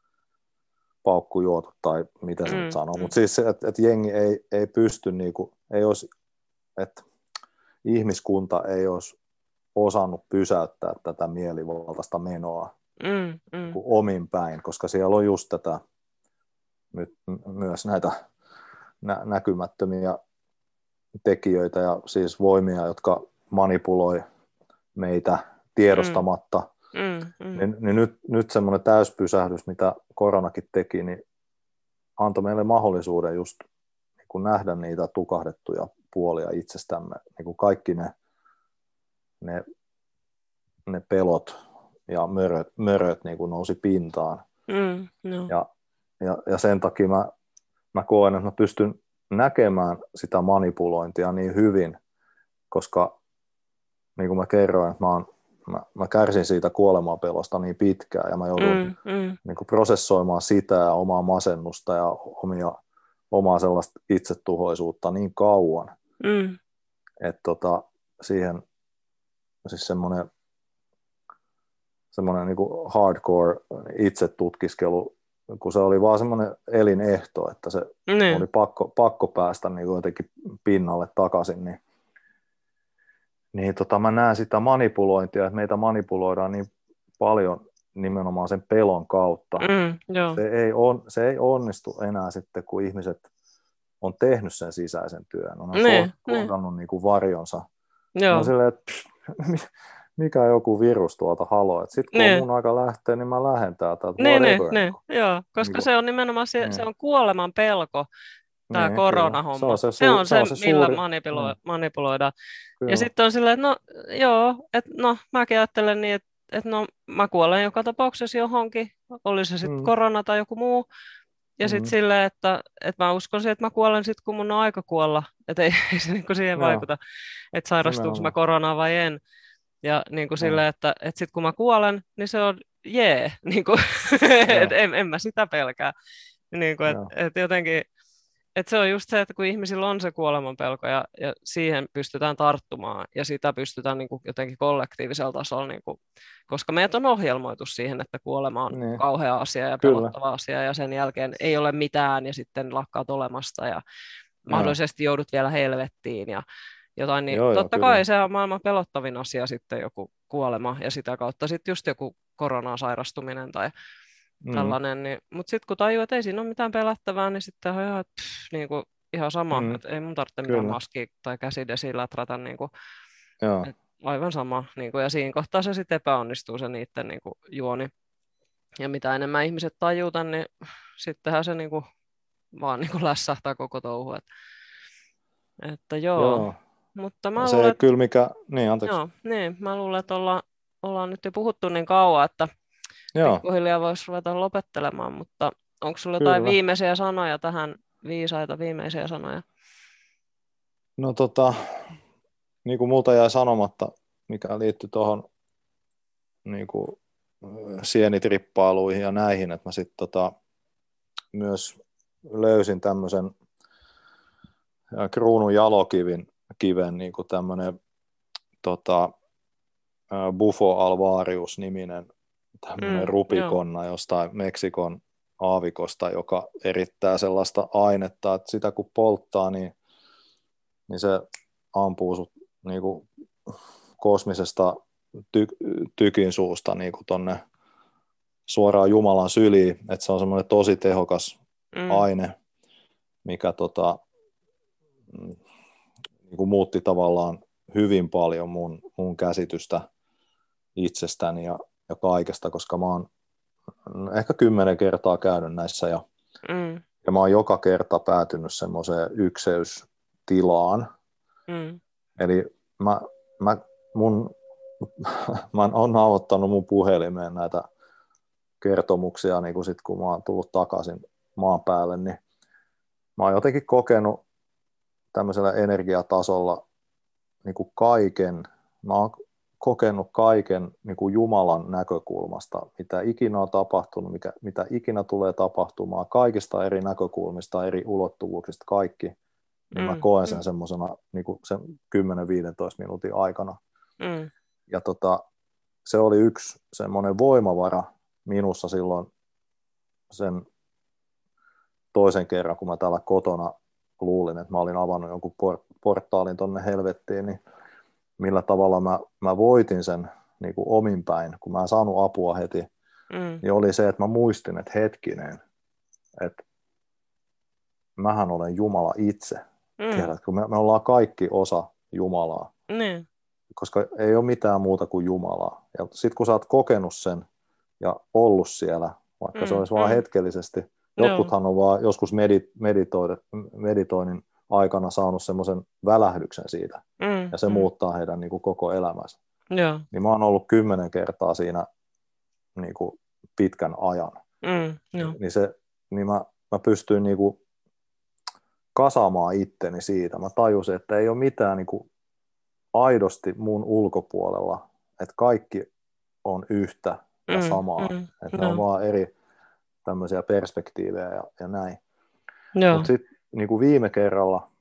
paukku juotu tai mitä se nyt Mm, sanoo, mm, mutta siis että et jengi ei, ei pysty, niin kuin, ei olisi, että ihmiskunta ei olisi osannut pysäyttää tätä mielivaltaista menoa mm, mm, niin omin päin, koska siellä on just tätä nyt myös näitä nä- näkymättömiä tekijöitä ja siis voimia, jotka manipuloi meitä tiedostamatta, mm, mm, niin, niin nyt, nyt semmoinen täyspysähdys, mitä koronakin teki, niin antoi meille mahdollisuuden just niin kuin nähdä niitä tukahdettuja puolia itsestämme, niin kuin kaikki ne, ne, ne pelot ja möröt, möröt niin kuin nousi pintaan. mm, no. Ja, ja, ja sen takia mä, mä koen, että mä pystyn näkemään sitä manipulointia niin hyvin, koska niin kuin mä kerroin, että mä, oon, mä, mä kärsin siitä kuolemapelosta niin pitkään ja mä joudun mm, mm, niin kuin prosessoimaan sitä ja omaa masennusta ja omia, omaa sellaista itsetuhoisuutta niin kauan, mm, että tota, siihen siis semmoinen, semmoinen niin kuin hardcore itsetutkiskelu, kun se oli vaan semmoinen elinehto, että se niin, oli pakko, pakko päästä niin kuin jotenkin pinnalle takaisin, niin, niin tota, mä näen sitä manipulointia, että meitä manipuloidaan niin paljon nimenomaan sen pelon kautta. mm, joo, Se ei, on, se ei onnistu enää sitten, kun ihmiset on tehnyt sen sisäisen työn, on niin, kohdannut niin kuin varjonsa. joo, No silleen, että pff, mikä joku virus tuolta haloo. Sitten kun on niin. mun aika lähteä, niin mä lähden täältä, että Niin, niin, whatever. niin, joo, Niin koska kuin, se on nimenomaan se, se niin, on kuoleman pelko, tämä niin, kyllä. Se koronahomma. on se, Se su, on se, se, on se millä suuri, manipulo, niin, manipuloidaan. Ja kyllä. sitten on silleen, että no joo, että no mäkin ajattelen niin, että, että no mä kuolen joka tapauksessa johonkin, oli se sitten Mm, korona tai joku muu. ja sitten Mm. silleen, että, että mä uskon siihen, että mä kuolen sitten, kun mun on aika kuolla. Että ei, ei se niinku siihen Joo, vaikuta, että sairastuuko mä nimenomaan. koronaan vai en. Ja niin kuin Joo, silleen, että, että sitten kun mä kuolen, niin se on jee, niin kuin, että joo, en, en mä sitä pelkää. Niin kuin, että, joo. että jotenkin, että se on just se, että kun ihmisillä on se kuoleman pelko ja, ja siihen pystytään tarttumaan ja sitä pystytään niin kuin jotenkin kollektiivisella tasolla, niin kuin, koska meidät on ohjelmoitu siihen, että kuolema on Niin, kauhea asia ja kyllä. pelottava asia ja sen jälkeen ei ole mitään ja sitten lakkaat olemasta ja Joo, mahdollisesti joudut vielä helvettiin ja jotain, niin joo, joo, totta kyllä. kai se on maailman pelottavin asia sitten joku kuolema ja sitä kautta sitten just joku koronaan sairastuminen tai Mm, tällainen, niin, mutta sitten kun tajuu, että ei siinä ole mitään pelättävää, niin sitten on ihan, pff, niin kuin, ihan sama, mm, että ei mun tarvitse mitään kyllä. maskia tai käsidesiläträtä, niin kuin, Joo, että aivan sama, niin kuin, ja siinä kohtaa se sitten epäonnistuu se niiden niin kuin, juoni, ja mitä enemmän ihmiset tajuutan, niin sittenhän se niin kuin, vaan niin kuin lässähtää koko touhu, että, että joo, joo. mutta mä luulen, Se että kyllä mikä, niin anteeksi. joo, niin, mä luulen, että ollaan, ollaan nyt jo puhuttu niin kauan, että Joo, pikkuhiljaa voisi ruveta lopettelemaan, mutta onko sulla jotain kyllä. viimeisiä sanoja tähän, viisaita viimeisiä sanoja? No tota, niin kuin multa jäi sanomatta, mikä liittyy tuohon niin kuin sienitrippailuihin ja näihin, että mä sitten tota, myös löysin tämmöisen kruunun jalokivin kiven, niin kuin tämmöinen tota, Bufo alvarius-niminen tämmöinen Mm, joo. rupikonna jostain Meksikon aavikosta, joka erittää sellaista ainetta, että sitä kun polttaa, niin, niin se ampuu sut niin kuin kosmisesta ty- tykin suusta niin kuin tonne suoraan Jumalan syliin, että se on semmoinen tosi tehokas Mm, aine, mikä tota, niin kuin muutti tavallaan hyvin paljon mun, mun käsitystä itsestäni ja, ja kaikesta, koska mä oon ehkä kymmenen kertaa käynyt näissä ja, mm, ja mä oon joka kerta päätynyt semmoiseen ykseystilaan. mm, Eli mä, mä, mun, mä oon nauhoittanut mun puhelimeen näitä kertomuksia, niin kun, sit, kun mä oon tullut takaisin maan päälle, niin mä oon jotenkin kokenut tämmöisellä energiatasolla niin kuin kaiken, mä oon kokenut kaiken niin kuin Jumalan näkökulmasta, mitä ikinä on tapahtunut, mikä, mitä ikinä tulee tapahtumaan, kaikista eri näkökulmista, eri ulottuvuuksista, kaikki, niin mä mm, koen sen mm, semmoisena niin kuin sen kymmenen viisitoista minuutin aikana. mm, Ja tota, se oli yksi semmoinen voimavara minussa silloin sen toisen kerran, kun mä täällä kotona luulin, että mä olin avannut jonkun por- portaalin tonne helvettiin, niin millä tavalla mä, mä voitin sen niin kuin omin päin, kun mä en saanut apua heti, mm, niin oli se, että mä muistin, että hetkinen, että mähän olen Jumala itse. mm, Tiedätkö, me, me ollaan kaikki osa Jumalaa, niin, koska ei ole mitään muuta kuin Jumalaa. Ja sitten kun sä oot kokenut sen ja ollut siellä, vaikka se mm, olisi vain mm, hetkellisesti, joo, jotkuthan on vaan joskus meditoinnin aikana saanut semmoisen välähdyksen siitä, mm, ja se mm, muuttaa heidän niin kuin koko elämänsä. joo, Niin mä oon ollut kymmenen kertaa siinä niin kuin pitkän ajan. mm, joo, Niin, se, niin mä, mä pystyin niin kuin kasaamaan itteni siitä. Mä tajusin, että ei ole mitään niin kuin aidosti mun ulkopuolella, että kaikki on yhtä ja mm, samaa. mm, Että ne on joo, vaan eri tämmöisiä perspektiivejä ja, ja näin. joo, Mutta sitten niin kuin viime kerralla,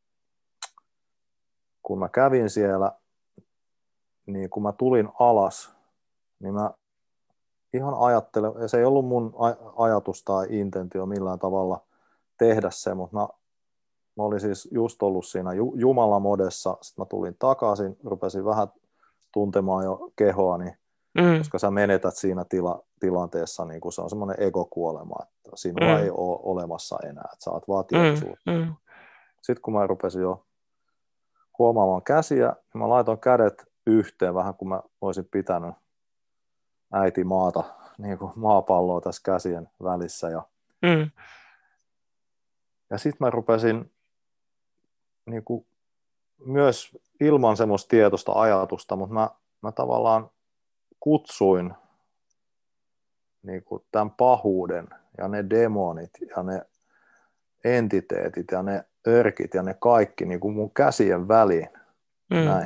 kun mä kävin siellä, niin kun mä tulin alas, niin mä ihan ajattelen, ja se ei ollut mun ajatus tai intentio millään tavalla tehdä se, mutta mä, mä olin siis just ollut siinä Jumalamodessa, sitten mä tulin takaisin, rupesin vähän tuntemaan jo kehoani, mm, koska sä menetät siinä tila, tilanteessa, niin kuin se on semmoinen egokuolema, että sinua ei mm, ole olemassa enää, että sä oot vaan mm, tietoisuutta. mm, Sitten kun mä rupesin jo huomaamaan käsiä, niin mä laitoin kädet yhteen vähän kuin mä olisin pitänyt äiti maata, niin kuin maapalloa tässä käsien välissä. Ja, mm, ja sitten mä rupesin niin kuin, myös ilman semmoista tietoista ajatusta, mutta mä, mä tavallaan kutsuin niin kuin, tämän pahuuden ja ne demonit ja ne entiteetit ja ne örkit ja ne kaikki niin kuin mun käsien väliin. Mm. Näin.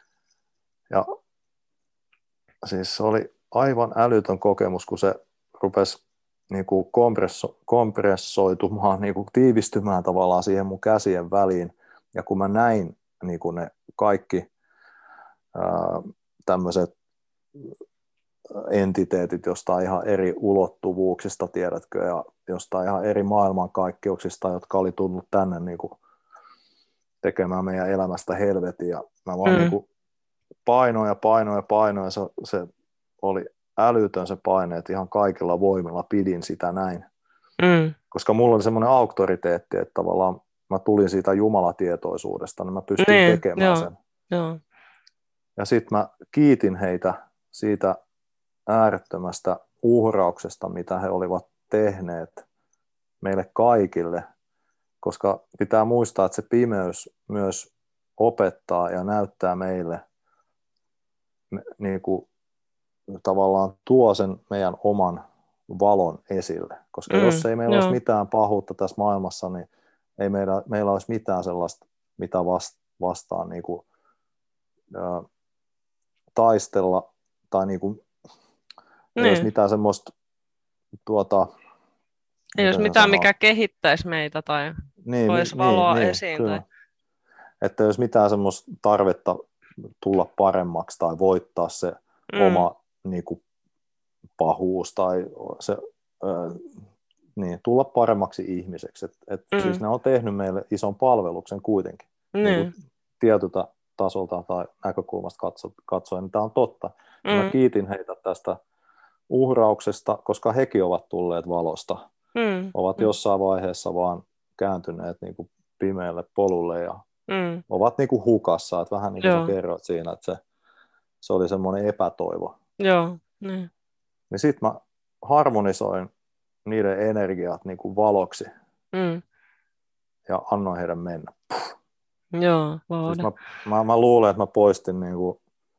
Ja siis se oli aivan älytön kokemus, kun se rupesi niin kuin kompresso, kompressoitumaan, niin kuin tiivistymään tavallaan siihen mun käsien väliin. Ja kun mä näin niin kuin ne kaikki ää, tämmöiset entiteetit jostain ihan eri ulottuvuuksista, tiedätkö, ja jostain ihan eri maailmankaikkeuksista, jotka oli tullut tänne niin kuin tekemään meidän elämästä helvetin. Ja mä vaan Mm. niin kuin painoin ja painoin ja painoin, ja se, se oli älytön se paine, että ihan kaikilla voimilla pidin sitä näin. Mm. Koska mulla oli semmoinen auktoriteetti, että tavallaan mä tulin siitä jumalatietoisuudesta, niin mä pystyin Niin, tekemään joo, sen. joo. Ja sitten mä kiitin heitä siitä äärettömästä uhrauksesta, mitä he olivat tehneet meille kaikille, koska pitää muistaa, että se pimeys myös opettaa ja näyttää meille, niin kuin tavallaan tuo sen meidän oman valon esille, koska Mm, jos ei meillä joo. olisi mitään pahuutta tässä maailmassa, niin ei meillä, meillä olisi mitään sellaista, mitä vastaan niin kuin, ää, taistella, tai niin kuin, ei olisi Niin. mitään semmoista, tuota, Ei olisi miten sen mitään, sanoo? mikä kehittäisi meitä tai Niin, toisi niin, valoa niin, esiin. kyllä. Tai... Että ei olisi mitään semmoista tarvetta tulla paremmaksi tai voittaa se Mm. oma niin kuin, pahuus tai se, äh, niin, tulla paremmaksi ihmiseksi. Et, et, Mm. siis ne on tehnyt meille ison palveluksen kuitenkin. Niin. Niin kuin tietyltä tasolta tai näkökulmasta katso, katsoen, niin tämä on totta. Mm. Mä kiitin heitä tästä uhrauksesta, koska hekin ovat tulleet valosta. Mm. Ovat Mm. jossain vaiheessa vaan kääntyneet niin kuin pimeälle polulle ja Mm. ovat niin kuin hukassa. Että vähän niin kuin Joo. sä kerroit siinä, että se, se oli semmoinen epätoivo. Joo, niin. Niin sitten mä harmonisoin niiden energiat niin kuin valoksi Mm. ja annoin heidän mennä. Joo, Siis vauhde. mä, mä, mä luulen, että mä poistin niin kuin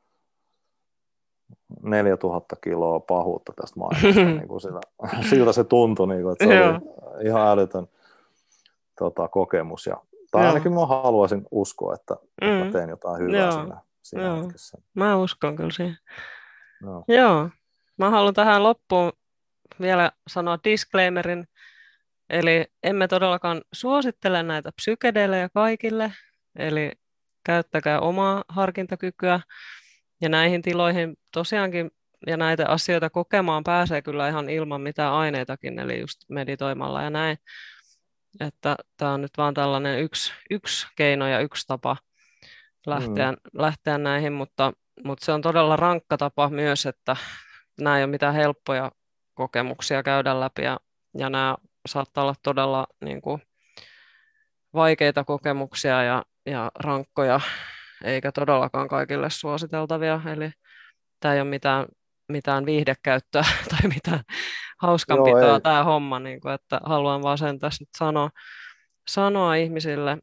neljätuhatta kiloa pahuutta tästä maailmasta. niin kuin sillä, siltä se tuntui, niin kuin, että se Joo. oli ihan älytön tota, kokemus. Ja, tai Joo. ainakin mä haluaisin uskoa, että, Mm. että mä teen jotain hyvää Joo. siinä, siinä Joo. hetkessä. Mä uskon kyllä siihen. No. Joo. Mä haluan tähän loppuun vielä sanoa disclaimerin. Eli emme todellakaan suosittele näitä psykedelejä kaikille. Eli käyttäkää omaa harkintakykyä. Ja näihin tiloihin tosiaankin ja näitä asioita kokemaan pääsee kyllä ihan ilman mitään aineitakin, eli just meditoimalla ja näin. Että tämä on nyt vaan tällainen yksi, yksi keino ja yksi tapa lähteä, mm. lähteä näihin, mutta, mutta se on todella rankka tapa myös, että nämä ei ole mitään helppoja kokemuksia käydä läpi ja, ja nämä saattaa olla todella niin kuin, vaikeita kokemuksia ja, ja rankkoja, eikä todellakaan kaikille suositeltavia, eli tämä ei ole mitään, mitään viihdekäyttöä tai mitään hauskanpitoa Joo, tämä homma, niin kuin, että haluan vaan sen tässä nyt sanoa, sanoa ihmisille.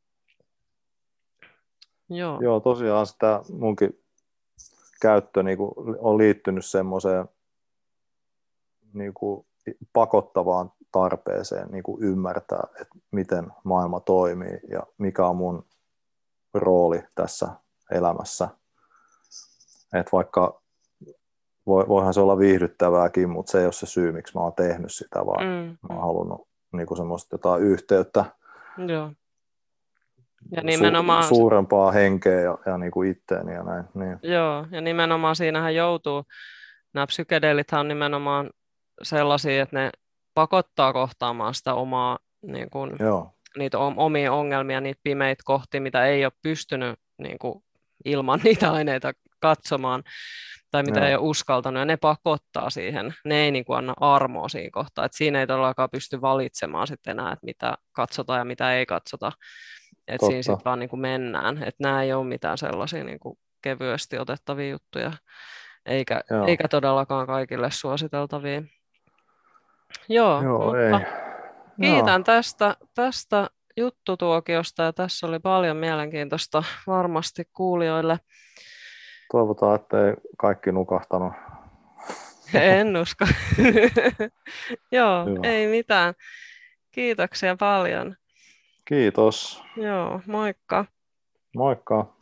Joo. Joo, tosiaan sitä munkin käyttö niin kuin, on liittynyt semmoiseen niin kuin, pakottavaan tarpeeseen niin kuin ymmärtää, että miten maailma toimii ja mikä on mun rooli tässä elämässä. Että vaikka voihan se olla viihdyttävääkin, mutta se ei ole se syy, miksi mä oon tehnyt sitä, vaan mm. mä oon halunnut niin kuin semmoista jotain yhteyttä. Joo. Ja nimenomaan... Su- suurempaa henkeä ja, ja niin kuin itteeni ja näin. Niin. Joo, ja nimenomaan siinähän joutuu, nämä psykedeelithän on nimenomaan sellaisia, että ne pakottaa kohtaamaan sitä omaa, niin kuin, niitä omia ongelmia, niitä pimeitä kohtia, mitä ei ole pystynyt niin kuin, ilman niitä aineita katsomaan, tai mitä Joo. ei ole uskaltanut, ja ne pakottaa siihen. Ne ei niin kuin, anna armoa siinä kohtaa, että siinä ei todellakaan pysty valitsemaan sitten enää, että mitä katsotaan ja mitä ei katsota. Että siinä sitten vaan niin kuin mennään. Että nämä ei ole mitään sellaisia niin kuin kevyesti otettavia juttuja, eikä, eikä todellakaan kaikille suositeltavia. Joo, Joo mutta ei. kiitän Joo. tästä, tästä juttutuokiosta, ja tässä oli paljon mielenkiintoista varmasti kuulijoille. Toivotaan, ettei kaikki nukahtanut. En usko. Joo, Hyvä. ei mitään. Kiitoksia paljon. Kiitos. Joo, moikka. Moikka.